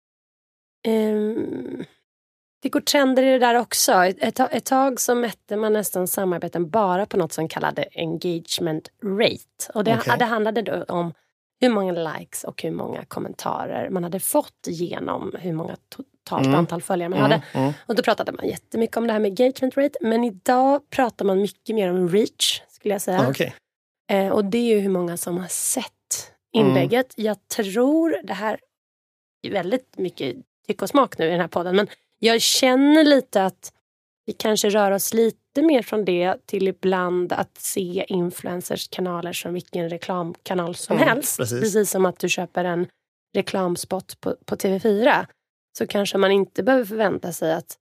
S2: um, det går trender i det där också. Ett, ett tag så mätte man nästan samarbeten bara på något som kallade engagement rate. Och det, okay. det handlade då om hur många likes och hur många kommentarer man hade fått genom hur många totalt mm. antal följare man mm. hade. Mm. Och då pratade man jättemycket om det här med engagement rate. Men idag pratar man mycket mer om reach, skulle jag säga.
S1: Okay.
S2: Eh, och det är ju hur många som har sett inlägget. Mm. Jag tror, det här är väldigt mycket tyck och smak nu i den här podden, men jag känner lite att vi kanske rör oss lite mer från det till ibland att se influencers kanaler som vilken reklamkanal som mm, helst. Precis. precis som att du köper en reklamspot på, på T V fyra. Så kanske man inte behöver förvänta sig att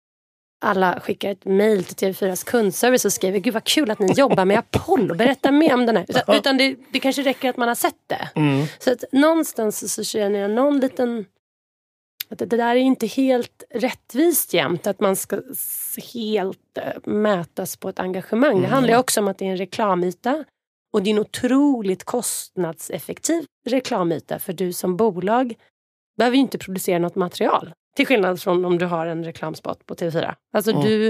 S2: alla skickar ett mejl till T V fyras kundservice och skriver gud vad kul att ni jobbar med Apollo, berätta mer om den här. Utan, utan det, det kanske räcker att man har sett det. Mm. Så att någonstans så känner jag någon liten... Att det där är inte helt rättvist jämt, att man ska helt mätas på ett engagemang. Mm. Det handlar ju också om att det är en reklamyta. Och det är en otroligt kostnadseffektiv reklamyta. För du som bolag behöver ju inte producera något material. Till skillnad från om du har en reklamspot på T V fyra. Alltså mm. du...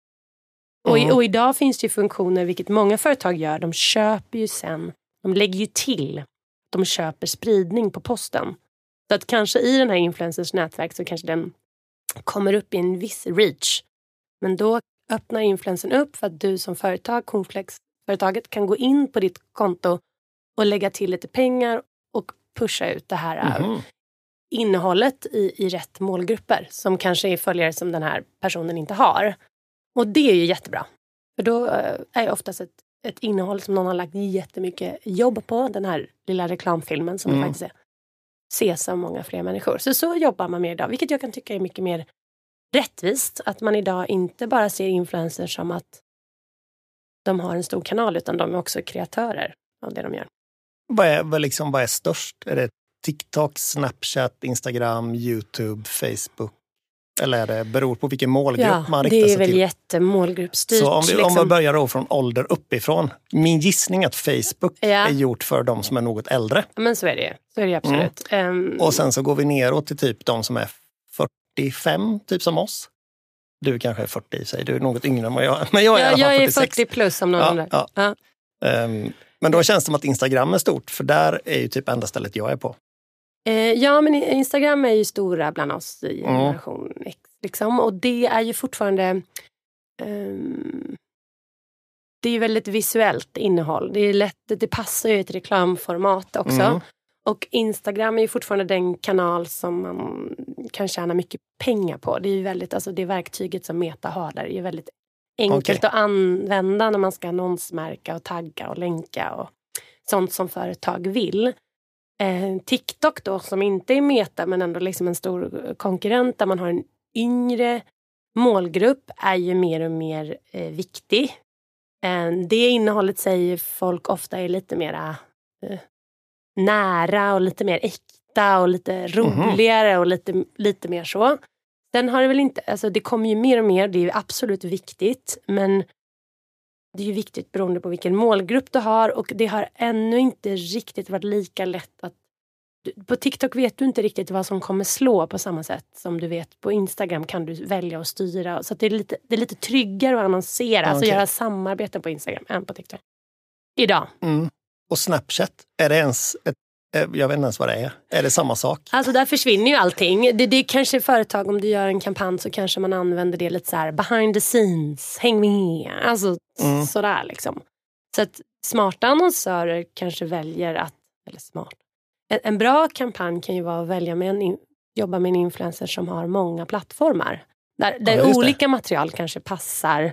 S2: Och, mm. och idag finns det ju funktioner, vilket många företag gör. De köper ju sen, de lägger ju till. De köper spridning på posten. Så att kanske i den här influencers nätverk så kanske den kommer upp i en viss reach. Men då öppnar influencern upp för att du som företag, Cornflakes-företaget, kan gå in på ditt konto och lägga till lite pengar och pusha ut det här mm. innehållet i, i rätt målgrupper som kanske är följare som den här personen inte har. Och det är ju jättebra. För då är det oftast ett, ett innehåll som någon har lagt jättemycket jobb på, den här lilla reklamfilmen som mm. det faktiskt är. Ses av många fler människor. Så så jobbar man med idag. Vilket jag kan tycka är mycket mer rättvist. Att man idag inte bara ser influencers som att de har en stor kanal, utan de är också kreatörer av det de gör.
S1: Vad är, vad liksom, vad är störst? Är det TikTok, Snapchat, Instagram, YouTube, Facebook? Eller är det beror på vilken målgrupp
S2: ja,
S1: man riktar sig till?
S2: Det är väl till. jättemålgruppstyrt.
S1: Så om vi,
S2: liksom.
S1: om vi börjar då från ålder uppifrån. Min gissning är att Facebook ja. är gjort för de som är något äldre.
S2: Ja, men så är det så är det absolut. Mm. Um,
S1: och sen så går vi neråt till typ de som är fyrtiofem, typ som oss. Du kanske är fyrtio i sig, du är något yngre än vad jag, men jag är, ja,
S2: jag är
S1: fyrtiosex.
S2: fyrtio plus om någon
S1: ja,
S2: där.
S1: Ja. Ja. Um, men då känns det som att Instagram är stort, för där är ju typ enda stället jag är på.
S2: Uh, ja, men Instagram är ju stora bland oss i generation mm. X. Liksom, och det är ju fortfarande um, det är ju väldigt visuellt innehåll. Det är lätt, det passar ju ett reklamformat också. Mm. Och Instagram är ju fortfarande den kanal som man kan tjäna mycket pengar på. Det är ju väldigt, alltså det verktyget som Meta har där är ju väldigt enkelt okay. att använda när man ska annonsmärka och tagga och länka och sånt som företag vill. Eh, TikTok då, som inte är Meta men ändå liksom en stor konkurrent där man har en yngre målgrupp, är ju mer och mer eh, viktig. Eh, det innehållet säger folk ofta är lite mera eh, nära och lite mer äkta och lite roligare mm-hmm. och lite, lite mer så. Sen har det väl inte, alltså det kommer ju mer och mer, det är ju absolut viktigt, men det är ju viktigt beroende på vilken målgrupp du har, och det har ännu inte riktigt varit lika lätt att på TikTok vet du inte riktigt vad som kommer slå på samma sätt som du vet på Instagram kan du välja att styra. Så att det, är lite, det är lite tryggare att annonsera, okay. alltså göra samarbeten på Instagram än på TikTok. Idag.
S1: Mm. Och Snapchat, är det ens ett Jag vet inte ens vad det är. Är det samma sak?
S2: Alltså där försvinner ju allting. Det, det är kanske företag, om du gör en kampanj så kanske man använder det lite så här behind the scenes, häng med. Alltså mm. sådär liksom. Så att smarta annonsörer kanske väljer att, eller smart. En, en bra kampanj kan ju vara att välja med en, jobba med en influencer som har många plattformar. Där, där ja, olika material kanske passar.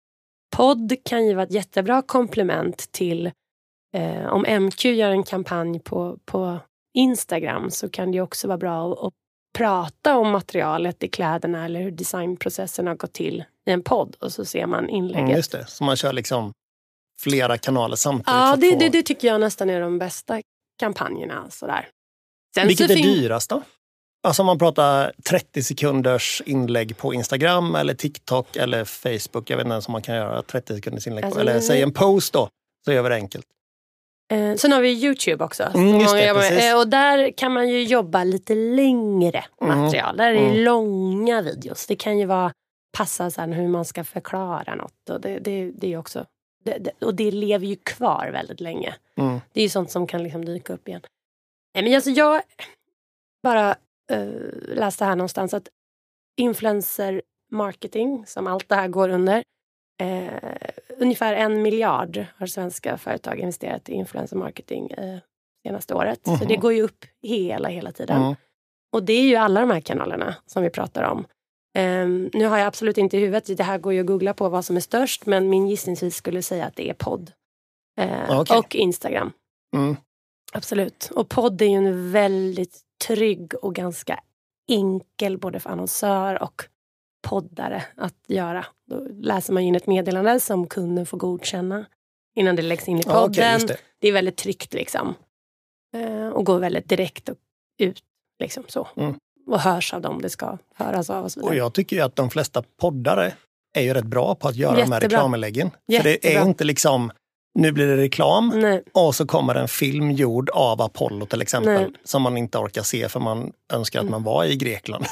S2: Podd kan ju vara ett jättebra komplement till eh, om M Q gör en kampanj på, på Instagram så kan det också vara bra att, att prata om materialet i kläderna eller hur designprocessen har gått till i en podd och så ser man inlägget.
S1: Mm, just det, så man kör liksom flera kanaler samtidigt.
S2: Ja, det,
S1: få...
S2: det, det tycker jag nästan är de bästa kampanjerna. Sådär.
S1: Sen Vilket så är fin... dyrast då? Alltså om man pratar trettio sekunders inlägg på Instagram eller TikTok eller Facebook. Jag vet inte ens om man kan göra trettio sekunders inlägg alltså, på. Eller säg en post då, så gör vi det enkelt.
S2: Eh, sen har vi YouTube också.
S1: Mm, just det,
S2: eh, och där kan man ju jobba lite längre material. Mm. Där är det mm. långa videos. Det kan ju vara passa sen hur man ska förklara något. Och det, det, det är också... Det, det, och det lever ju kvar väldigt länge. Mm. Det är ju sånt som kan liksom dyka upp igen. Nej, men alltså jag bara... Uh, läste här någonstans att influencer marketing, som allt det här går under, uh, ungefär en miljard har svenska företag investerat i influencer marketing uh, senaste året. Mm-hmm. Så det går ju upp hela, hela tiden. Mm. Och det är ju alla de här kanalerna som vi pratar om. Um, nu har jag absolut inte i huvudet, det här går ju att googla på vad som är störst, men min gissningsvis skulle säga att det är podd. Uh, okay. Och Instagram. Mm. Absolut. Och podd är ju en väldigt trygg och ganska enkel både för annonsör och poddare att göra. Då läser man in ett meddelande som kunden får godkänna innan det läggs in i podden. Ja, okay, det. det är väldigt tryggt liksom. Eh, och går väldigt direkt och ut liksom så. Mm. Och hörs av dem det ska höras av och så vidare.
S1: Och jag tycker ju att de flesta poddare är ju rätt bra på att göra Jättebra. de här reklaminläggen. För det är inte liksom nu blir det reklam Nej. och så kommer en film gjord av Apollo till exempel. Nej. Som man inte orkar se för man önskar att man var i Grekland.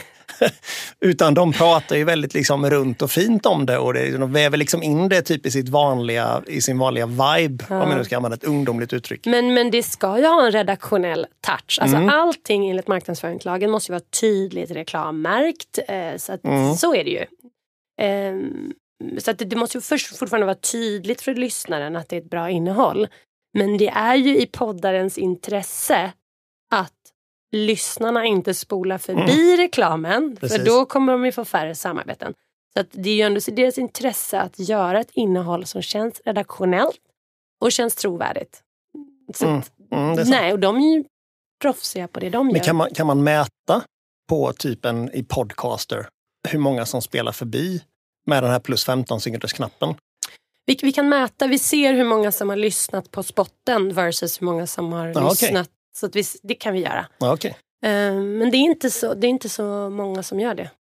S1: Utan de pratar ju väldigt liksom runt och fint om det och det, de väver liksom in det typ i, sitt vanliga, i sin vanliga vibe. Ja. Om man nu ska använda ett ungdomligt uttryck.
S2: Men, men det ska ju ha en redaktionell touch. Alltså mm. allting enligt marknadsföringslagen måste ju vara tydligt reklammärkt. Eh, så, att, mm. så är det ju. Eh, Så att det, det måste ju först fortfarande vara tydligt för lyssnaren att det är ett bra innehåll. Men det är ju i poddarens intresse att lyssnarna inte spolar förbi mm. reklamen. Precis. För då kommer de ju få färre samarbeten. Så att det är ju ändå deras intresse att göra ett innehåll som känns redaktionellt och känns trovärdigt. Så mm. Mm, nej, och de är ju proffsiga på det de
S1: Men
S2: gör.
S1: Kan man, kan man mäta på typen i podcaster hur många som spelar förbi med den här plus femton sekunders-knappen?
S2: Vi, vi kan mäta, vi ser hur många som har lyssnat på spotten versus hur många som har
S1: ah,
S2: lyssnat.
S1: Okay.
S2: Så att vi, det kan vi göra.
S1: Ah, okay.
S2: uh, men det är, inte så, det är inte så många som gör det.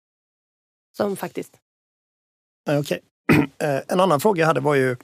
S2: Som faktiskt.
S1: Ah, okay. uh, en annan fråga jag hade var ju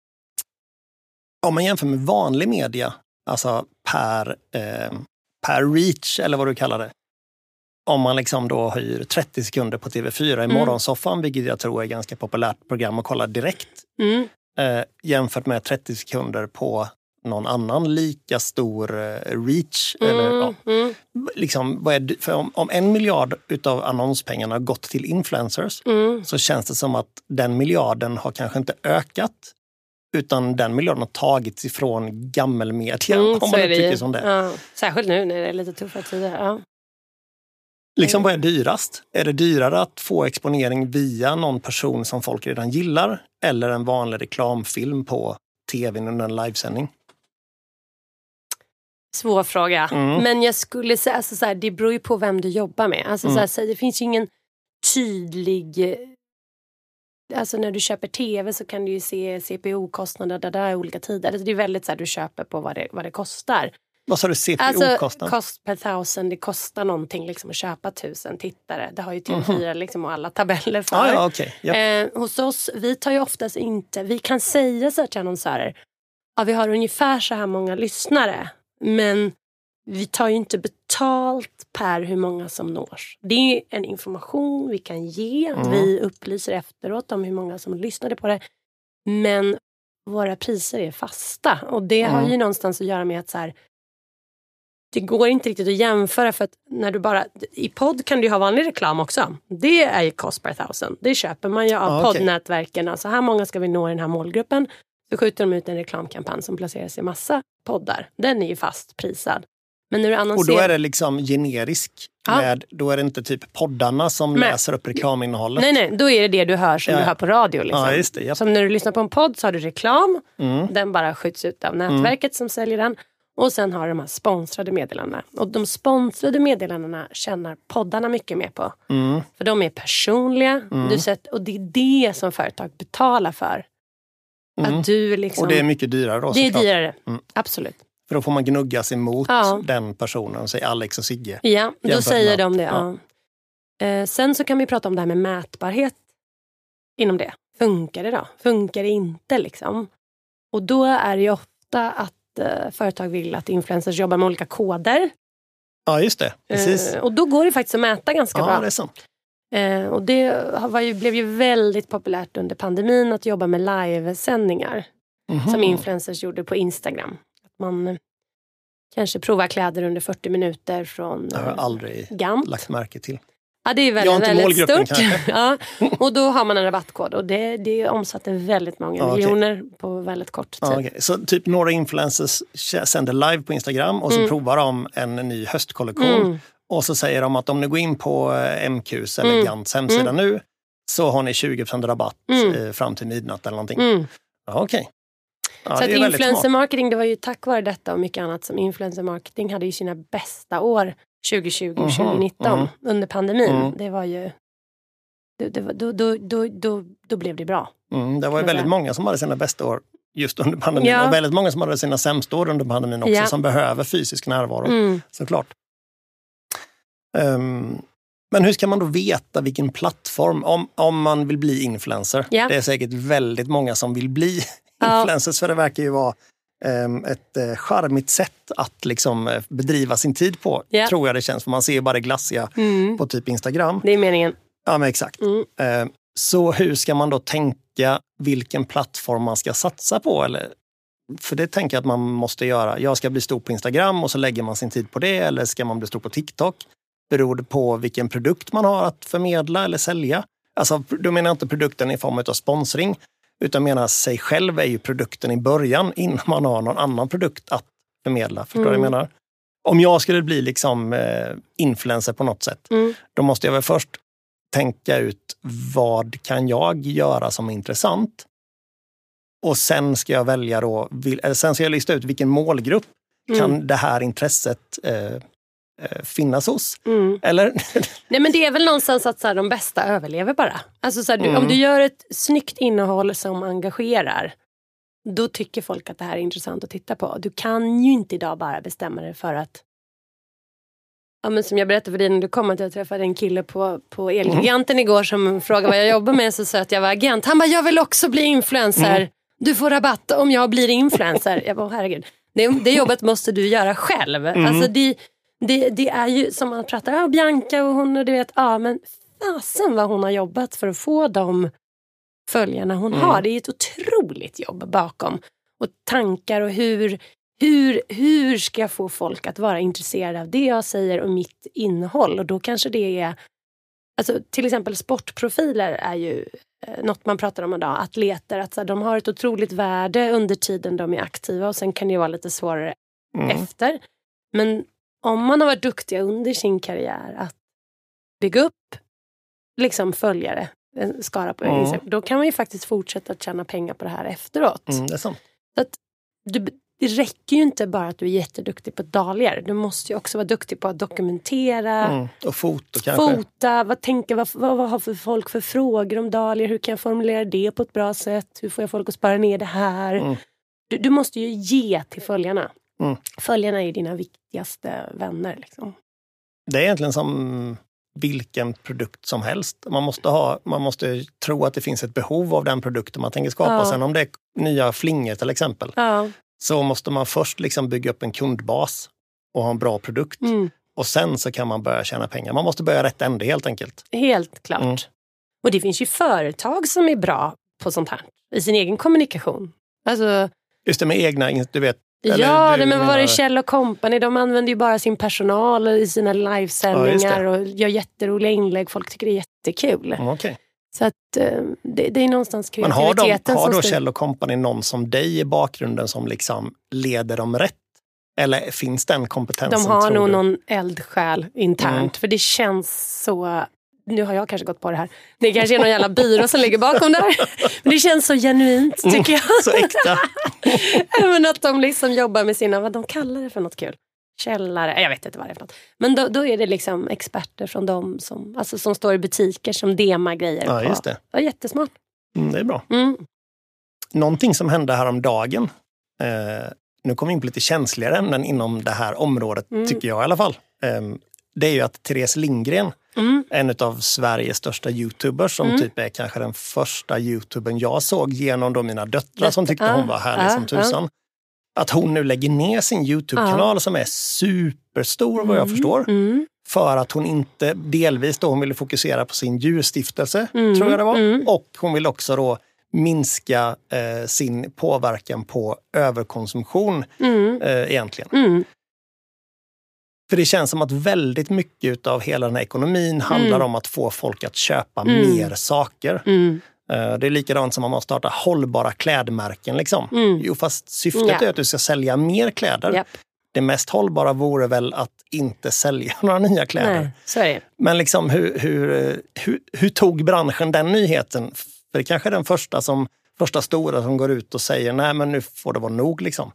S1: om man jämför med vanlig media, alltså per, uh, per reach eller vad du kallar det. Om man liksom då hyr trettio sekunder på T V fyra i mm. morgonsoffan, vilket jag tror är ett ganska populärt program att kolla direkt. Mm. Eh, jämfört med trettio sekunder på någon annan lika stor eh, reach. Mm. Eller, ja. mm. liksom, vad är, för om, om en miljard utav annonspengarna har gått till influencers mm. så känns det som att den miljarden har kanske inte ökat. Utan den miljarden har tagits ifrån gammelmedia. Mm, om man uttrycker som det.
S2: Ja. Särskilt nu när det är lite tuffare tider. Ja.
S1: Liksom vad är dyrast? Är det dyrare att få exponering via någon person som folk redan gillar eller en vanlig reklamfilm på tvn under en livesändning?
S2: Svår fråga. Mm. Men jag skulle säga alltså, så här, det beror ju på vem du jobbar med. Alltså, mm. så här, det finns ju ingen tydlig... Alltså när du köper tv så kan du ju se C P O-kostnader där, där olika tider. Alltså, det är väldigt så här, du köper på vad det, vad det kostar.
S1: Vad sa du, C P O-kostnad?
S2: Alltså, cost per thousand, det kostar någonting liksom att köpa tusen tittare. Det har ju T V fyra mm. liksom och alla tabeller för.
S1: Ah, ja, okay. Yep.
S2: Eh, hos oss, vi tar ju oftast inte, vi kan säga så här till annonsörer, ja vi har ungefär så här många lyssnare, men vi tar ju inte betalt per hur många som nås. Det är en information vi kan ge, mm. vi upplyser efteråt om hur många som lyssnade på det, men våra priser är fasta och det mm. har ju någonstans att göra med att så här, det går inte riktigt att jämföra för att när du bara, i podd kan du ju ha vanlig reklam också. Det är ju cost per thousand. Det köper man ju av ah, okay. poddnätverken. Alltså här många ska vi nå i den här målgruppen. Så skjuter de ut en reklamkampanj som placeras i massa poddar. Den är ju fast prisad. Men när du annonserar...
S1: Och då är det liksom generisk. Ja. Med, då är det inte typ poddarna som men, läser upp reklaminnehållet.
S2: Nej, nej. Då är det det du hör som ja. du hör på radio. Liksom.
S1: Ja, just det. Japp.
S2: Som när du lyssnar på en podd så har du reklam. Mm. Den bara skjuts ut av nätverket mm. som säljer den. Och sen har de här sponsrade meddelandena. Och de sponsrade meddelandena tjänar poddarna mycket mer på. Mm. För de är personliga. Mm. Du sett, och det är det som företag betalar för.
S1: Mm.
S2: Att du liksom,
S1: och det är mycket dyrare då.
S2: Det är dyrare, mm. absolut.
S1: För då får man gnugga sig mot ja. den personen, säger Alex och Sigge.
S2: Ja, då säger de det. Ja. Ja. Eh, sen så kan vi prata om det här med mätbarhet inom det. Funkar det då? Funkar det inte liksom? Och då är det ju ofta att eh, företag vill att influencers jobbar med olika koder.
S1: Ja, just det. Precis.
S2: Eh, och då går det faktiskt att mäta ganska
S1: ja,
S2: bra.
S1: Ja, det är sant.
S2: Eh, och det var ju, blev ju väldigt populärt under pandemin att jobba med livesändningar. Mm-hmm. Som influencers gjorde på Instagram. Att man kanske provar kläder under fyrtio minuter från
S1: jag har aldrig
S2: Gant.
S1: lagt märke till.
S2: Ja, det är väldigt, väldigt stort. Ja, och då har man en rabattkod. Och det, det omsatte väldigt många ah, miljoner okay. på väldigt kort tid.
S1: Ah, okay. Så typ några influencers sänder live på Instagram och så mm. provar de en ny höstkollektion. Mm. Och så säger de att om ni går in på M Qs eller mm. Gants hemsida mm. nu så har ni tjugo procent rabatt mm. fram till midnatt eller någonting. Mm. Ja, okej. Okay. Ja,
S2: så att influencer marketing, det var ju tack vare detta och mycket annat som influencer marketing hade ju sina bästa år tjugo tjugo och tjugo nitton mm. under pandemin. Mm. Det var ju det, det var, då, då, då, då, då blev det bra.
S1: Mm, det var ju väldigt säga. många som hade sina bästa år just under pandemin. Ja. Och väldigt många som hade sina sämsta år under pandemin också ja. som behöver fysisk närvaro, mm. såklart. Um, men hur ska man då veta vilken plattform om, om man vill bli influencer? Ja. Det är säkert väldigt många som vill bli influencers, för det verkar ju vara um, ett uh, charmigt sätt att liksom uh, bedriva sin tid på, yeah. tror jag det känns, för man ser ju bara det glassiga mm. på typ Instagram.
S2: Det är meningen.
S1: Ja, men exakt. Mm. Uh, så hur ska man då tänka vilken plattform man ska satsa på? Eller, för det tänker jag att man måste göra. Jag ska bli stor på Instagram och så lägger man sin tid på det, eller ska man bli stor på TikTok? Beror det på vilken produkt man har att förmedla eller sälja? Alltså, då menar jag inte produkten i form av sponsring, utan menar sig själv är ju produkten i början innan man har någon annan produkt att förmedla. Förstår du mm. vad jag menar? Om jag skulle bli liksom eh, influencer på något sätt, mm. då måste jag väl först tänka ut vad kan jag göra som är intressant? Och sen ska jag välja då, eller sen ska jag lista ut vilken målgrupp mm. kan det här intresset eh, finnas hos. Mm. Eller?
S2: Nej, men det är väl någonstans att så här, de bästa överlever bara. Alltså så här, du, mm. om du gör ett snyggt innehåll som engagerar, då tycker folk att det här är intressant att titta på. Du kan ju inte idag bara bestämma dig för att, ja, men som jag berättade för dig när du kom, att jag träffade en kille på, på Elgiganten mm. igår som frågade vad jag jobbar med, så sa att jag var agent. Han bara, jag vill också bli influencer. Mm. Du får rabatt om jag blir influencer. Jag bara, herregud. Det, det jobbet måste du göra själv. Mm. Alltså det Det, det är ju som man pratar om, ja, Bianca och hon, och du vet, ja, men fasen vad hon har jobbat för att få de följarna hon mm. har. Det är ett otroligt jobb bakom. Och tankar och hur, hur, hur ska jag få folk att vara intresserade av det jag säger och mitt innehåll. Och då kanske det är, alltså till exempel sportprofiler är ju eh, något man pratar om idag. Atleter, att så här, de har ett otroligt värde under tiden de är aktiva, och sen kan det ju vara lite svårare mm. efter. Men om man har varit duktiga under sin karriär att bygga upp liksom följare, en skara på mm. Instagram, då kan man ju faktiskt fortsätta att tjäna pengar på det här efteråt.
S1: Mm, det är sant.
S2: Så att du, det räcker ju inte bara att du är jätteduktig på dahlior. Du måste ju också vara duktig på att dokumentera.
S1: Mm. Och foto kanske.
S2: Fota, vad, tänker, vad, vad, vad har för folk för frågor om dahlior? Hur kan jag formulera det på ett bra sätt? Hur får jag folk att spara ner det här? Mm. Du, du måste ju ge till följarna. Mm. Följarna är dina viktigaste vänner liksom.
S1: Det är egentligen som vilken produkt som helst. Man måste, ha, man måste tro att det finns ett behov av den produkten man tänker skapa. Ja. Sen om det är nya flingor till exempel, ja. så måste man först liksom bygga upp en kundbas och ha en bra produkt. Mm. Och sen så kan man börja tjäna pengar. Man måste börja rätt ände helt enkelt.
S2: Helt klart. Mm. Och det finns ju företag som är bra på sånt här. I sin egen kommunikation. Alltså...
S1: Just det, med egna, du vet, Eller
S2: ja,
S1: du
S2: det, men vad var det
S1: menar-
S2: Kjell och Company? De använder ju bara sin personal i sina
S1: Ja,
S2: livesändningar
S1: just
S2: och gör jätteroliga inlägg. Folk tycker det är jättekul.
S1: Mm, okej.
S2: Så att eh, det, det är någonstans
S1: Men har, de,
S2: kreativiteten
S1: har
S2: som
S1: då
S2: styr.
S1: Kjell och Company någon som dig i bakgrunden som liksom leder dem rätt? Eller finns den kompetensen?
S2: De har
S1: tror
S2: nog
S1: du?
S2: någon eldsjäl internt.
S1: Mm.
S2: För det känns så... Nu har jag kanske gått på det här. Det kanske är någon jävla byrå som ligger bakom där. Men det känns så genuint, tycker jag.
S1: Så äkta.
S2: Men att de liksom jobbar med sina... Vad de kallar det för något kul. Källare. Jag vet inte vad det är för något. Men då, då är det liksom experter från dem som, alltså, som står i butiker som demar grejer
S1: Ja,
S2: på.
S1: just det.
S2: Ja, jättesmart.
S1: Mm, det är bra.
S2: Mm.
S1: Någonting som hände häromdagen, eh, nu kommer vi in på lite känsligare ämnen inom det här området,
S2: Mm.
S1: tycker jag i alla fall. Eh, det är ju att Therese Lindgren,
S2: Mm.
S1: en av Sveriges största YouTubers, som
S2: Mm.
S1: typ är kanske den första YouTubern jag såg genom då mina döttrar
S2: Döttrar,
S1: som tyckte
S2: ja,
S1: hon var härlig
S2: ja,
S1: som tusan. Att hon nu lägger ner sin YouTube-kanal som är superstor vad jag
S2: Mm.
S1: förstår.
S2: Mm.
S1: För att hon inte, delvis då hon ville fokusera på sin djurstiftelse,
S2: Mm.
S1: tror jag det var.
S2: Mm.
S1: Och hon vill också då minska eh, sin påverkan på överkonsumtion
S2: Mm.
S1: eh, egentligen.
S2: Mm.
S1: För det känns som att väldigt mycket av hela den här ekonomin handlar
S2: Mm.
S1: om att få folk att köpa
S2: Mm.
S1: mer saker.
S2: Mm.
S1: Eh, det är likadant som om man startar hållbara klädmärken. Liksom.
S2: Mm.
S1: Jo, fast syftet
S2: Ja.
S1: är att du ska sälja mer kläder.
S2: Japp.
S1: Det mest hållbara vore väl att inte sälja några nya kläder.
S2: Nej, så är det.
S1: Men liksom hur, hur, hur, hur tog branschen den nyheten? För det kanske är den första, som, första stora som går ut och säger nej men nu får det vara nog liksom.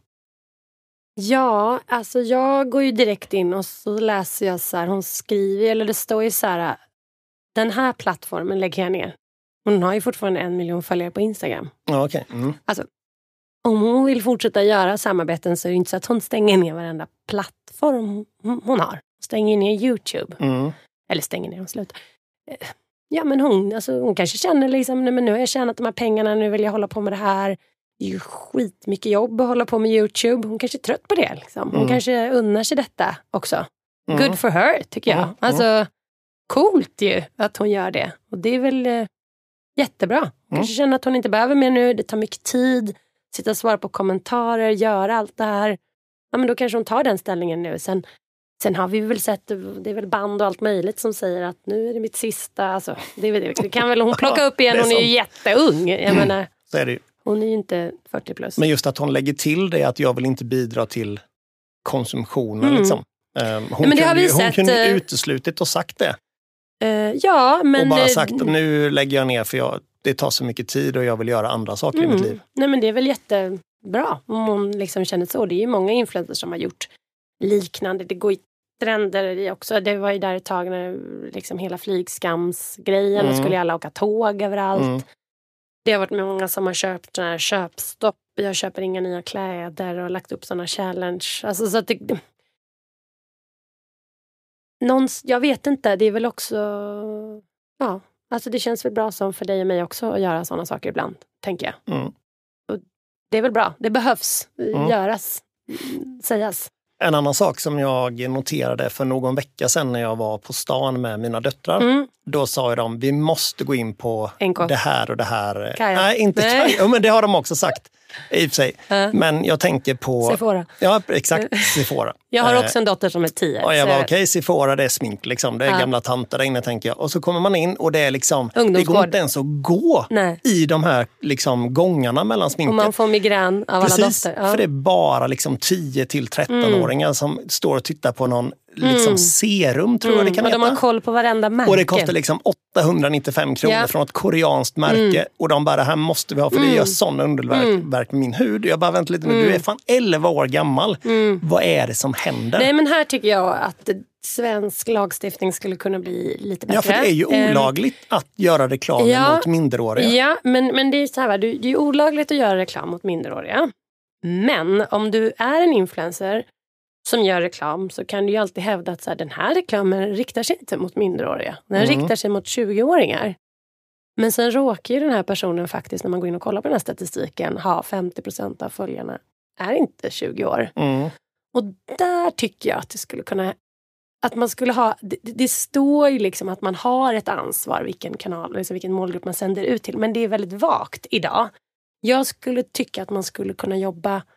S2: Ja, alltså jag går ju direkt in och så läser jag så här, hon skriver, eller det står ju så här, den här plattformen lägger jag ner. Hon har ju fortfarande en miljon följare på Instagram.
S1: Ja, okej. Mm.
S2: Om hon vill fortsätta göra samarbeten så är det inte så att hon stänger ner varenda plattform hon har. Hon stänger ner YouTube.
S1: Mm.
S2: Eller stänger ner, hon slutar. Eh, Ja, men hon, alltså, hon kanske känner liksom, nej, men nu har jag tjänat de här pengarna, nu vill jag hålla på med det här. Det är ju skitmycket jobb att hålla på med YouTube. Hon kanske är trött på det. Liksom. Hon
S1: Mm.
S2: kanske unnar sig detta också.
S1: Mm.
S2: Good for her, tycker jag.
S1: Mm.
S2: Alltså, coolt ju att hon gör det. Och det är väl eh, jättebra. Hon
S1: Mm.
S2: kanske känner att hon inte behöver mer nu. Det tar mycket tid. Sitta och svara på kommentarer, göra allt det här. Ja, men då kanske hon tar den ställningen nu. Sen, sen har vi väl sett, det är väl band och allt möjligt som säger att nu är det mitt sista. Alltså, det, är väl det. Det kan väl hon plocka upp igen.
S1: Det är
S2: Hon är ju
S1: sant.
S2: jätteung. Jag menar,
S1: Så är det ju.
S2: hon är ju inte fyrtio plus.
S1: Men just att hon lägger till det att jag vill inte bidra till konsumtionen.
S2: Mm.
S1: Liksom. Um, hon,
S2: men det
S1: kunde,
S2: har vi
S1: ju- hon
S2: sett,
S1: kunde ju
S2: eh,
S1: uteslutit och sagt det.
S2: Eh, ja, men...
S1: och bara
S2: eh,
S1: sagt att nu lägger jag ner för jag, det tar så mycket tid och jag vill göra andra saker i mitt liv.
S2: Nej, men det är väl jättebra om hon liksom känner så. Det är ju många influencers som har gjort liknande. Det går i trender i också. Det var ju där ett tag när liksom hela flygskamsgrejen,
S1: Mm.
S2: då skulle alla åka tåg överallt.
S1: Mm.
S2: Det har varit många som har köpt såna här köpstopp. Jag köper inga nya kläder och lagt upp såna challenge. Alltså så att det... Någons, jag vet inte, det är väl också... Ja, alltså det känns väl bra som för dig och mig också att göra såna saker ibland, tänker jag.
S1: Mm.
S2: Och det är väl bra, det behövs
S1: Mm.
S2: göras, mm, sägas.
S1: En annan sak som jag noterade för någon vecka sedan när jag var på stan med mina döttrar.
S2: Mm.
S1: Då sa ju de, vi måste gå in på
S2: N K.
S1: det här och det här.
S2: Kaja.
S1: Nej, inte
S2: Nej.
S1: Kaja. Ja, men det har de också sagt i och för sig.
S2: Ja.
S1: Men jag tänker på...
S2: Sephora.
S1: Ja, exakt. Sephora.
S2: Jag har
S1: Eh,
S2: också en dotter som är tio.
S1: Och jag
S2: så
S1: var
S2: jag
S1: okej,
S2: vet.
S1: Sephora det är smink liksom. Det är
S2: Ja.
S1: gamla tanter där inne tänker jag. Och så kommer man in och det är liksom, det
S2: Ungdomsgård.
S1: går inte ens att gå
S2: Nej.
S1: i de här liksom gångarna mellan
S2: Och
S1: sminket.
S2: man får migrän av alla
S1: Precis,
S2: dotter. Ja.
S1: för det är bara liksom tio till tretton-åringar som står och tittar på någon liksom
S2: Mm.
S1: serum tror jag det kan
S2: och de har
S1: heta.
S2: koll på varenda märke.
S1: Och det kostar liksom åttahundranittiofem kronor
S2: Ja.
S1: från ett koreanskt märke.
S2: Mm.
S1: Och de bara, det här måste vi ha för det
S2: Mm.
S1: gör sån underverk
S2: Mm.
S1: verk med min hud. Jag bara, vänta lite nu,
S2: Mm.
S1: du är fan elva år gammal.
S2: Mm.
S1: Vad är det som händer?
S2: Nej, men här tycker jag att svensk lagstiftning skulle kunna bli lite bättre.
S1: Ja, för det är ju
S2: Ehm,
S1: olagligt att göra reklam
S2: ja.
S1: mot minderåriga.
S2: Ja, men, men det är så här, va, du- det är ju olagligt att göra reklam mot minderåriga. Men om du är en influencer som gör reklam så kan du ju alltid hävda att så här, den här reklamen riktar sig inte mot minderåriga. Den
S1: Mm.
S2: riktar sig mot tjugoåringar. Men sen råkar ju den här personen faktiskt, när man går in och kollar på den här statistiken, ha femtio procent av följarna är inte tjugo år.
S1: Mm.
S2: Och där tycker jag att det skulle kunna... Att man skulle ha... Det, det står ju liksom att man har ett ansvar vilken kanal, alltså vilken målgrupp man sänder ut till. Men det är väldigt vagt idag. Jag skulle tycka att man skulle kunna jobba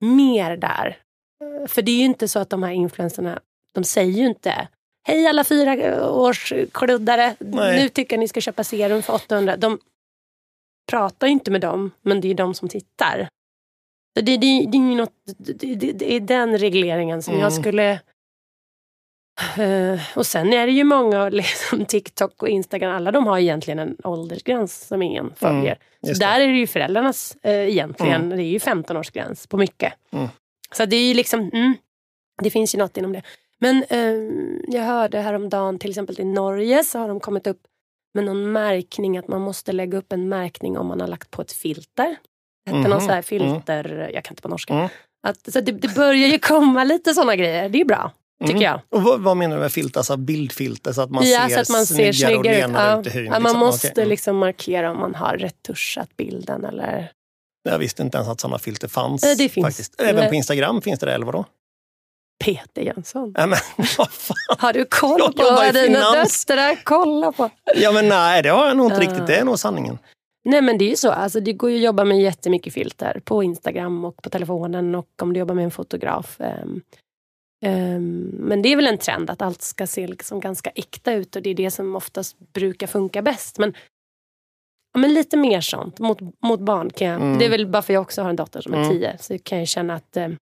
S2: mer där. För det är ju inte så att de här influencerna, de säger ju inte hej alla fyra års kluddare, nu tycker jag ni ska köpa serum för åttahundra. De pratar ju inte med dem, men det är de som tittar. Så det, det, det, är, något, det, det är den regleringen som mm. jag skulle... Uh, och sen är det ju många, liksom TikTok och Instagram, alla de har egentligen en åldersgräns som ingen följer. Mm, så där är det ju föräldrarnas uh, egentligen, mm. det är ju femton-årsgräns på mycket. Mm. Så det är ju liksom, mm, det finns ju något inom det. Men uh, jag hörde häromdagen, till exempel i Norge så har de kommit upp med någon märkning, att man måste lägga upp en märkning om man har lagt på ett filter. Det hette mm. någon sån här filter, mm. jag kan inte på norska. Mm. Att, så det, det börjar ju komma lite sådana grejer, det är bra. Tycker mm. jag.
S1: Och vad, vad menar du med filter? Alltså bildfilter så att man
S2: ja,
S1: ser,
S2: så att man ser
S1: snyggare och renare
S2: ja.
S1: ut i hyn.
S2: Ja, man
S1: liksom.
S2: måste
S1: okay.
S2: liksom markera om man har retuschat bilden eller...
S1: Jag visste inte ens att sådana filter fanns.
S2: Ja, det finns.
S1: Faktiskt. Även på Instagram finns det det, eller vadå?
S2: Peter Jönsson.
S1: Ja, men vad fan?
S2: Har du koll på vad dina döttrar kollar på?
S1: Ja, men nej, det har jag nog inte uh. riktigt. Det är nog sanningen.
S2: Nej, men det är ju så. Alltså, det går ju att jobba med jättemycket filter på Instagram och på telefonen, och om du jobbar med en fotograf. Um, um, men det är väl en trend att allt ska se liksom ganska äkta ut, och det är det som oftast brukar funka bäst. Men, ja, men lite mer sånt mot, mot barn kan jag. Mm. Det är väl bara för jag också har en dotter som är mm. tio, så kan jag känna att um,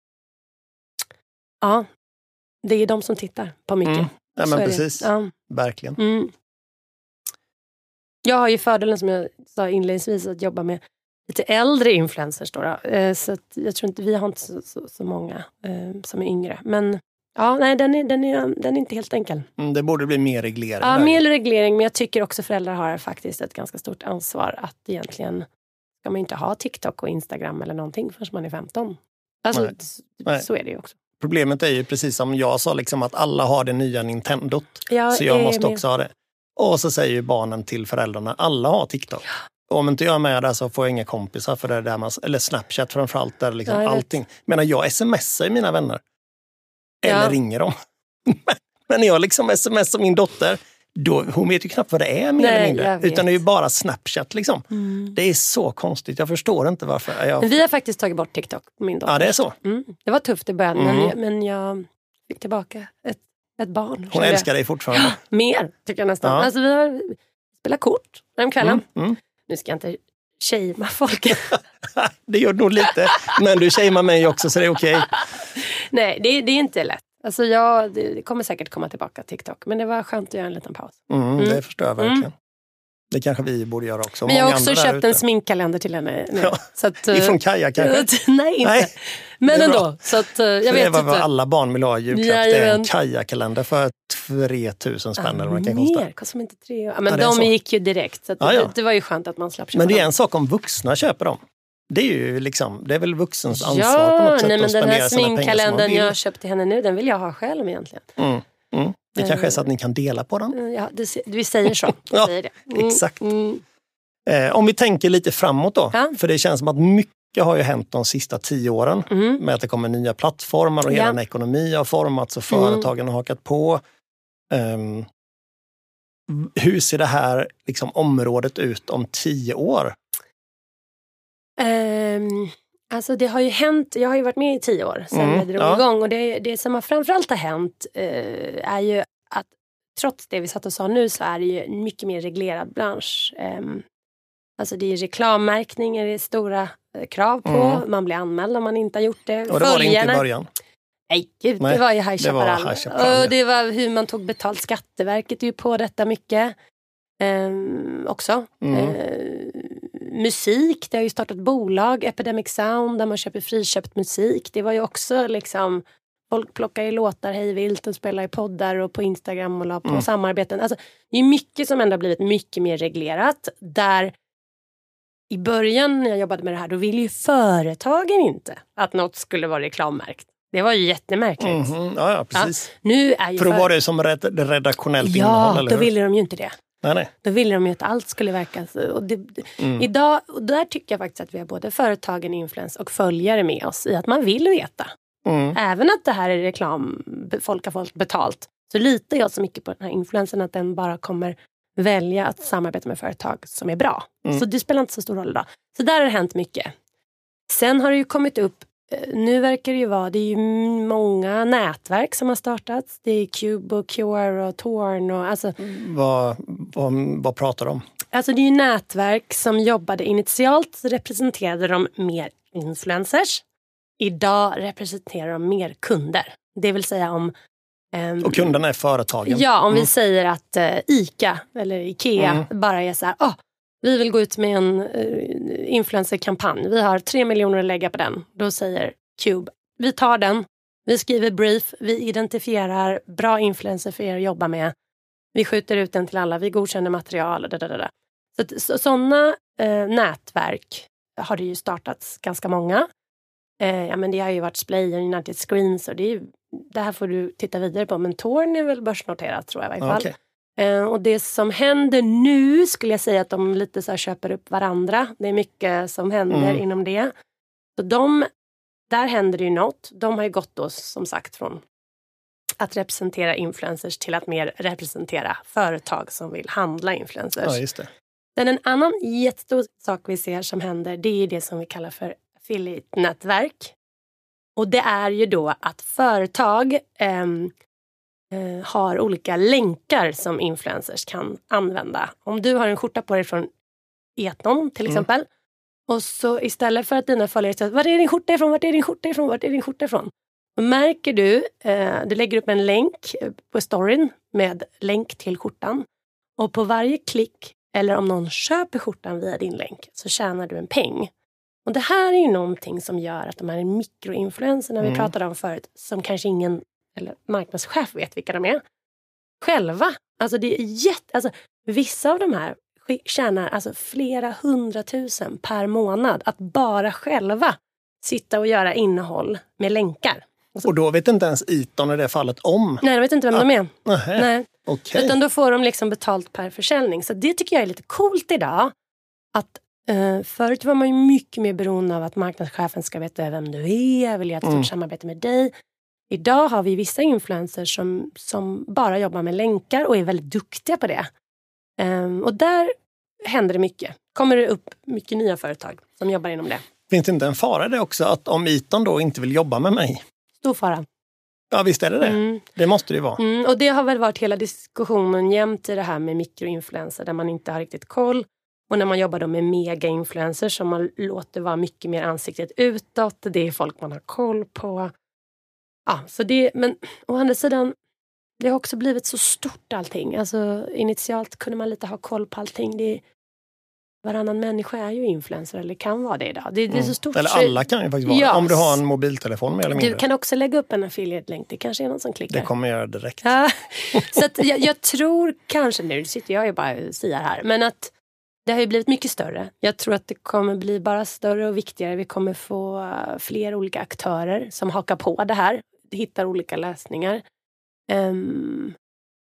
S2: ja, det är de som tittar på mycket. Mm.
S1: Ja, men precis. Ja. Verkligen.
S2: Mm. Jag har ju fördelen, som jag sa inledningsvis, att jobba med lite äldre influencers då, då. Så att jag tror inte, vi har inte så, så, så många eh, som är yngre. Men ja, nej, den är, den är, den är inte helt enkel.
S1: Mm, det borde bli mer reglering.
S2: Ja, där. mer reglering, men jag tycker också föräldrar har faktiskt ett ganska stort ansvar att egentligen ska man inte ha TikTok och Instagram eller någonting förrän man är femton. Alltså,
S1: nej. Nej.
S2: Så är det ju också.
S1: Problemet är ju precis som jag sa, liksom, att alla har det nya Nintendot.
S2: Ja,
S1: så jag måste
S2: med.
S1: också ha det. Och så säger ju barnen till föräldrarna, alla har TikTok. Ja. Och om inte jag är med där så får jag inga kompisar för det där man, eller Snapchat framförallt, där liksom ja, allting. Men jag smsar ju mina vänner. Eller ja. ringer dem. Men när jag liksom smsar min dotter, då, hon vet ju knappt vad det är mer Nej, eller mindre. Utan det är ju bara Snapchat liksom. Mm. Det är så konstigt, jag förstår inte varför. Jag...
S2: Men vi har faktiskt tagit bort TikTok, min dotter.
S1: Ja, det är så.
S2: Mm. Det var tufft i början, mm. men, men jag fick tillbaka ett Ett barn.
S1: Hon älskar dig fortfarande.
S2: Ja, mer, tycker jag nästan. Ja. Alltså, vi har spelat kort den kvällen. Mm, mm. Nu ska jag inte shamea folk.
S1: Det gör du nog lite. Men du shamear mig också, så det är okej. Okay.
S2: Nej, det, det är inte lätt. Alltså, jag, det kommer säkert komma tillbaka TikTok. Men det var skönt att göra en liten paus.
S1: Mm, mm. Det förstår jag verkligen. Mm. Det kanske vi borde göra också.
S2: Men jag har också köpt en sminkkalender till henne nu. Ja.
S1: Så att, ifrån Kaja kanske?
S2: Nej, inte. Nej. Men ändå. Så att, jag
S1: så
S2: vet
S1: det var
S2: inte.
S1: vad alla barn vill ha i julklapp. Ja, det är en Kaja-kalender för tre tusen spänn.
S2: Ja,
S1: man kan
S2: mer, kostar inte tre. Ja, men ja, de gick ju direkt. Så att ja, ja. Det, det var ju skönt att man slapp köpa.
S1: Men det är
S2: dem.
S1: En sak om vuxna köper dem. Det är ju liksom, det är väl vuxens ansvar
S2: ja,
S1: på något sätt.
S2: Nej, men den här sminkkalendern
S1: jag
S2: har köpt till henne nu, den vill jag ha själv egentligen.
S1: Mm. Mm. Det kanske är så att ni kan dela på den.
S2: Ja, det, vi säger så.
S1: Ja,
S2: säger det.
S1: Mm. Exakt. Mm. Eh, om vi tänker lite framåt då. Ja. För det känns som att mycket har ju hänt de sista tio åren. Mm. Med att det kommer nya plattformar och hela ja. en ekonomi har formats och företagen mm. har hakat på. Um, hur ser det här liksom, området ut om tio år?
S2: Um, alltså det har ju hänt, jag har ju varit med i tio år sedan mm. vi drog ja. igång. Och det, det som har framförallt har hänt uh, är ju att trots det vi satt och sa nu så är det ju en mycket mer reglerad bransch. Um, Alltså det är reklammärkningar, det är stora krav på. Mm. Man blir anmäld om man inte har gjort det.
S1: Och det var det inte i början?
S2: Nej, gud, Nej, det var ju High Chaparral. Och det var hur man tog betalt. Skatteverket är ju på detta mycket. Um, också. Mm. Uh, musik, det har ju startat bolag, Epidemic Sound, där man köper friköpt musik. Det var ju också liksom, folk plockar ju låtar hejvilt och spelar i poddar och på Instagram och la på mm. samarbeten. Alltså det är mycket som ändå har blivit mycket mer reglerat. Där i början när jag jobbade med det här, då ville ju företagen inte att något skulle vara reklammärkt. Det var ju jättemärkligt. Mm-hmm.
S1: Ja, ja, precis.
S2: Ja, nu är ju
S1: för då var det som red- redaktionellt
S2: ja,
S1: innehåll, eller
S2: hur? Ja, då ville de ju inte det.
S1: Nej, nej.
S2: Då ville de ju att allt skulle verka. Och det, mm. Idag, och där tycker jag faktiskt att vi har både företagen, influens och följare med oss i att man vill veta. Mm. Även att det här är reklam, folk har fått betalt. Så litar jag så mycket på den här influensen att den bara kommer välja att samarbeta med företag som är bra. Mm. Så det spelar inte så stor roll idag. Så där har det hänt mycket. Sen har det ju kommit upp nu verkar det ju vara, det är ju många nätverk som har startats. Det är Cube och Q R och Torn och alltså...
S1: Vad, vad, vad pratar de om?
S2: Alltså det är ju nätverk som jobbade initialt, så representerade de mer influencers. Idag representerar de mer kunder. Det vill säga om... Um,
S1: och kunderna är företagen.
S2: Ja, om
S1: mm.
S2: vi säger att uh, ICA eller Ikea mm. bara är så här, oh, vi vill gå ut med en uh, influencerkampanj. Vi har tre miljoner att lägga på den. Då säger Cube, vi tar den. Vi skriver brief, vi identifierar bra influencer för er att jobba med. Vi skjuter ut den till alla, vi godkänner material. Da, da, da, da. Så, så, sådana uh, nätverk har det ju startats ganska många. Uh, ja, men det har ju varit Splay och United Screens och det är ju, det här får du titta vidare på. Men Torn är väl börsnoterat tror jag i alla fall. Okay. Uh, och det som händer nu skulle jag säga att de lite så här köper upp varandra. Det är mycket som händer mm. inom det. Så de, där händer det ju något. De har ju gått då som sagt från att representera influencers till att mer representera företag som vill handla influencers.
S1: Ja, just det.
S2: Men en annan jättestor sak vi ser som händer, det är det som vi kallar för affiliate-nätverk. Och det är ju då att företag eh, eh, har olika länkar som influencers kan använda. Om du har en skjorta på dig från Eton till exempel. Mm. Och så istället för att dina följare säger, var är din skjorta ifrån, vart är din skjorta ifrån, vart är din skjorta ifrån? Då märker du, eh, du lägger upp en länk på storyn med länk till skjortan. Och på varje klick, eller om någon köper skjortan via din länk, så tjänar du en peng. Och det här är ju någonting som gör att de här mikroinfluenserna mm. vi pratade om förut, som kanske ingen eller marknadschef vet vilka de är, själva. Alltså det är jätte, alltså vissa av de här tjänar alltså flera hundratusen per månad att bara själva sitta och göra innehåll med länkar.
S1: Och då vet inte ens Eton i det fallet om?
S2: Nej, de vet inte vem ah. de är.
S1: Nähä.
S2: Nej.
S1: Okay.
S2: Utan då får de liksom betalt per försäljning. Så det tycker jag är lite coolt idag. Att uh, förut var man ju mycket mer beroende av att marknadschefen ska veta vem du är, vill göra ett stort mm. samarbete med dig. Idag har vi vissa influencers som, som bara jobbar med länkar och är väldigt duktiga på det. Um, och där händer det mycket. Kommer det upp mycket nya företag som jobbar inom det.
S1: Finns det inte en fara det också att om Eton då inte vill jobba med mig?
S2: Stor fara.
S1: Ja, visst är det det. Mm. Det måste det ju vara.
S2: Mm, och det har väl varit hela diskussionen jämt i det här med mikroinfluencer där man inte har riktigt koll. Och när man jobbar då med mega-influencers som man låter vara mycket mer ansiktet utåt. Det är folk man har koll på. Ja, så det, men å andra sidan, det har också blivit så stort allting. Alltså initialt kunde man lite ha koll på allting. Det, varannan människa är ju influencer eller kan vara det idag. Det, det är så stort.
S1: Eller alla kan ju faktiskt vara
S2: ja.
S1: Om du har en mobiltelefon med eller mindre.
S2: Du kan också lägga upp en affiliate-länk. Det kanske är någon som klickar.
S1: Det kommer jag göra direkt.
S2: Ja. Så att jag, jag tror kanske, nu sitter jag ju bara och säger här, men att det har ju blivit mycket större. Jag tror att det kommer bli bara större och viktigare. Vi kommer få fler olika aktörer som hakar på det här. Hittar olika lösningar. Um,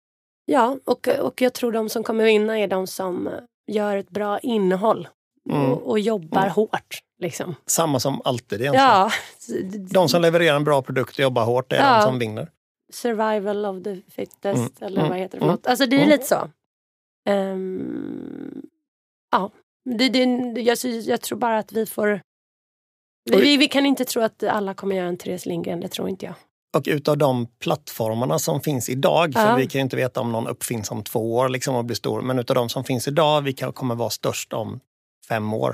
S2: ja, och, och jag tror de som kommer vinna är de som gör ett bra innehåll mm. och, och jobbar mm. hårt. Liksom.
S1: Samma som alltid egentligen. Ja. De som levererar en bra produkt och jobbar hårt är ja. de som vinner.
S2: Survival of the fittest, mm. eller
S1: mm.
S2: vad heter det för något? Alltså det är mm. lite så. Um, ja, det, det, jag, jag tror bara att vi får... Vi, vi kan inte tro att alla kommer göra en Therese Lindgren, det tror inte jag.
S1: Och utav de plattformarna som finns idag, för
S2: ja.
S1: vi kan ju inte veta om någon uppfinns om två år liksom och blir stor, men utav de som finns idag, vilka kommer vara störst om fem år?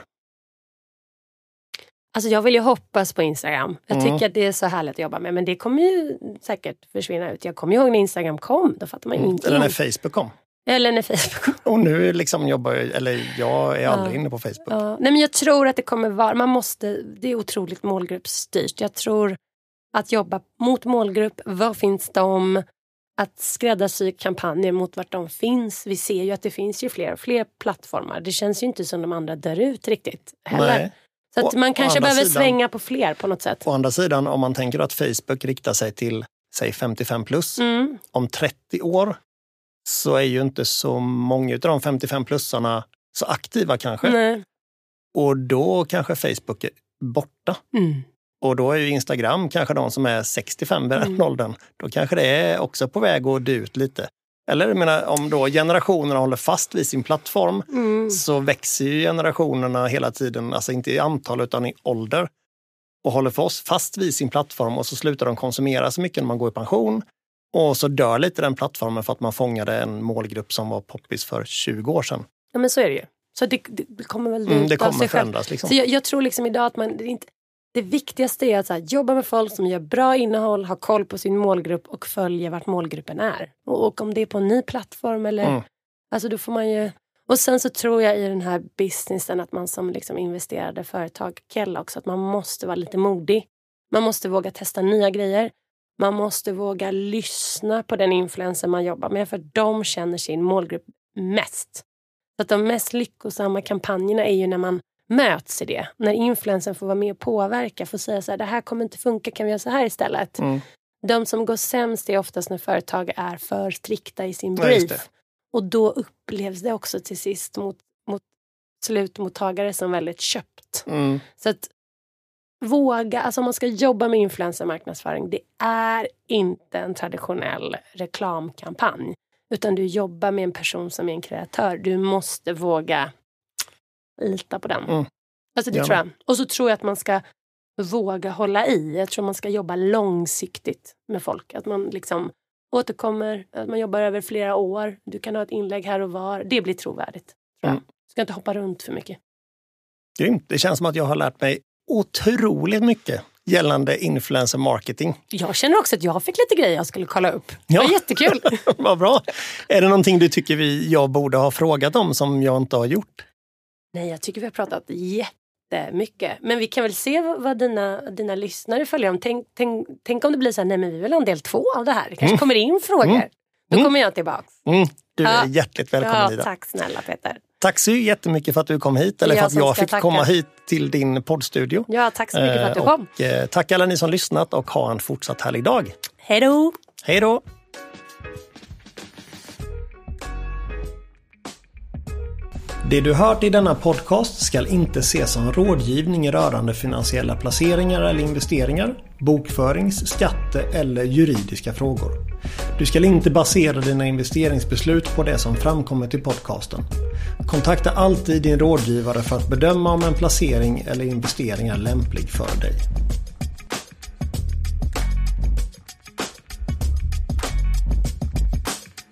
S2: Alltså jag vill ju hoppas på Instagram. Jag
S1: mm.
S2: tycker att det är så härligt att jobba med, men det kommer ju säkert försvinna ut. Jag kommer ihåg när Instagram kom, då fattar man mm. inte.
S1: Eller när Facebook kom.
S2: Eller när Facebook kom.
S1: Och nu liksom jobbar jag, eller jag är aldrig ja. inne på Facebook.
S2: Ja. Nej men jag tror att det kommer vara, man måste, det är otroligt målgruppsstyrt. Jag tror att jobba mot målgrupp, vad finns de? Att skräddarsy kampanjer mot vart de finns. Vi ser ju att det finns ju fler och fler plattformar. Det känns ju inte som de andra dör ut riktigt heller. Nej. Så att man kanske behöver sidan, svänga på fler på något sätt.
S1: Å andra sidan, om man tänker att Facebook riktar sig till, säg femtiofem plus, mm. om trettio år så är ju inte så många av de femtiofem-plussarna så aktiva kanske.
S2: Nej.
S1: Och då kanske Facebook är borta.
S2: Mm.
S1: Och då är ju Instagram kanske de som är sextiofem vid den mm. åldern. Då kanske det är också på väg att dö ut lite. Eller jag menar, om då generationerna håller fast vid sin plattform
S2: mm.
S1: så växer ju generationerna hela tiden, alltså inte i antal utan i ålder. och håller fast vid sin plattform och så slutar de konsumera så mycket när man går i pension. Och så dör lite den plattformen för att man fångade en målgrupp som var poppis för tjugo år sedan.
S2: Ja, men så är det ju. Så det, det, det kommer väl
S1: mm, det
S2: kommer
S1: sig förändras liksom.
S2: Så jag, jag tror liksom idag att man det, inte, det viktigaste är att så här, jobba med folk som gör bra innehåll, ha koll på sin målgrupp och följa vart målgruppen är. Och, och om det är på en ny plattform eller mm. alltså då får man ju. Och sen så tror jag i den här businessen att man som liksom investerade företag Kella också att man måste vara lite modig. Man måste våga testa nya grejer. Man måste våga lyssna på den influencer man jobbar med för de känner sin målgrupp mest. Så att de mest lyckosamma kampanjerna är ju när man möts i det. När influencern får vara med och påverka, får säga så här, det här kommer inte funka, kan vi göra så här istället? Mm. De som går sämst är oftast när företag är för strikta i sin brief. Ja, och då upplevs det också till sist mot, mot slutmottagare som väldigt köpt. Mm. Så att våga, alltså om man ska jobba med influencermarknadsföring, det är inte en traditionell reklamkampanj. Utan du jobbar med en person som är en kreatör. Du måste våga lita på den. Mm. Alltså det ja. tror jag. Och så tror jag att man ska våga hålla i. Jag tror man ska jobba långsiktigt med folk. Att man liksom återkommer, att man jobbar över flera år. Du kan ha ett inlägg här och var. Det blir trovärdigt. Tror jag. Mm. Du ska inte hoppa runt för mycket.
S1: Grymt. Det känns som att jag har lärt mig otroligt mycket gällande influencer marketing.
S2: Jag känner också att jag fick lite grejer jag skulle kolla upp. Det var ja. jättekul.
S1: Vad bra. Är det någonting du tycker vi, jag borde ha frågat om som jag inte har gjort?
S2: Nej, jag tycker vi har pratat jättemycket. Men vi kan väl se vad, vad dina, dina lyssnare följer om. Tänk, tänk, tänk om det blir så här, nej men vi vill ha en del två av det här. Det kanske mm. kommer in frågor. Mm. Då kommer jag tillbaka.
S1: Mm. Du är ja. hjärtligt välkommen
S2: ja,
S1: hit.
S2: Tack snälla Peter.
S1: Tack så jättemycket för att du kom hit. Eller för att jag fick tacka. komma hit till din poddstudio.
S2: Ja, tack så mycket för att du kom.
S1: Och, eh, tack alla ni som lyssnat och ha en fortsatt härlig dag.
S2: Hej då!
S1: Hej då! Det du hört i denna podcast ska inte ses som rådgivning rörande finansiella placeringar eller investeringar, bokförings-, skatte- eller juridiska frågor. Du ska inte basera dina investeringsbeslut på det som framkommer i podcasten. Kontakta alltid din rådgivare för att bedöma om en placering eller investering är lämplig för dig.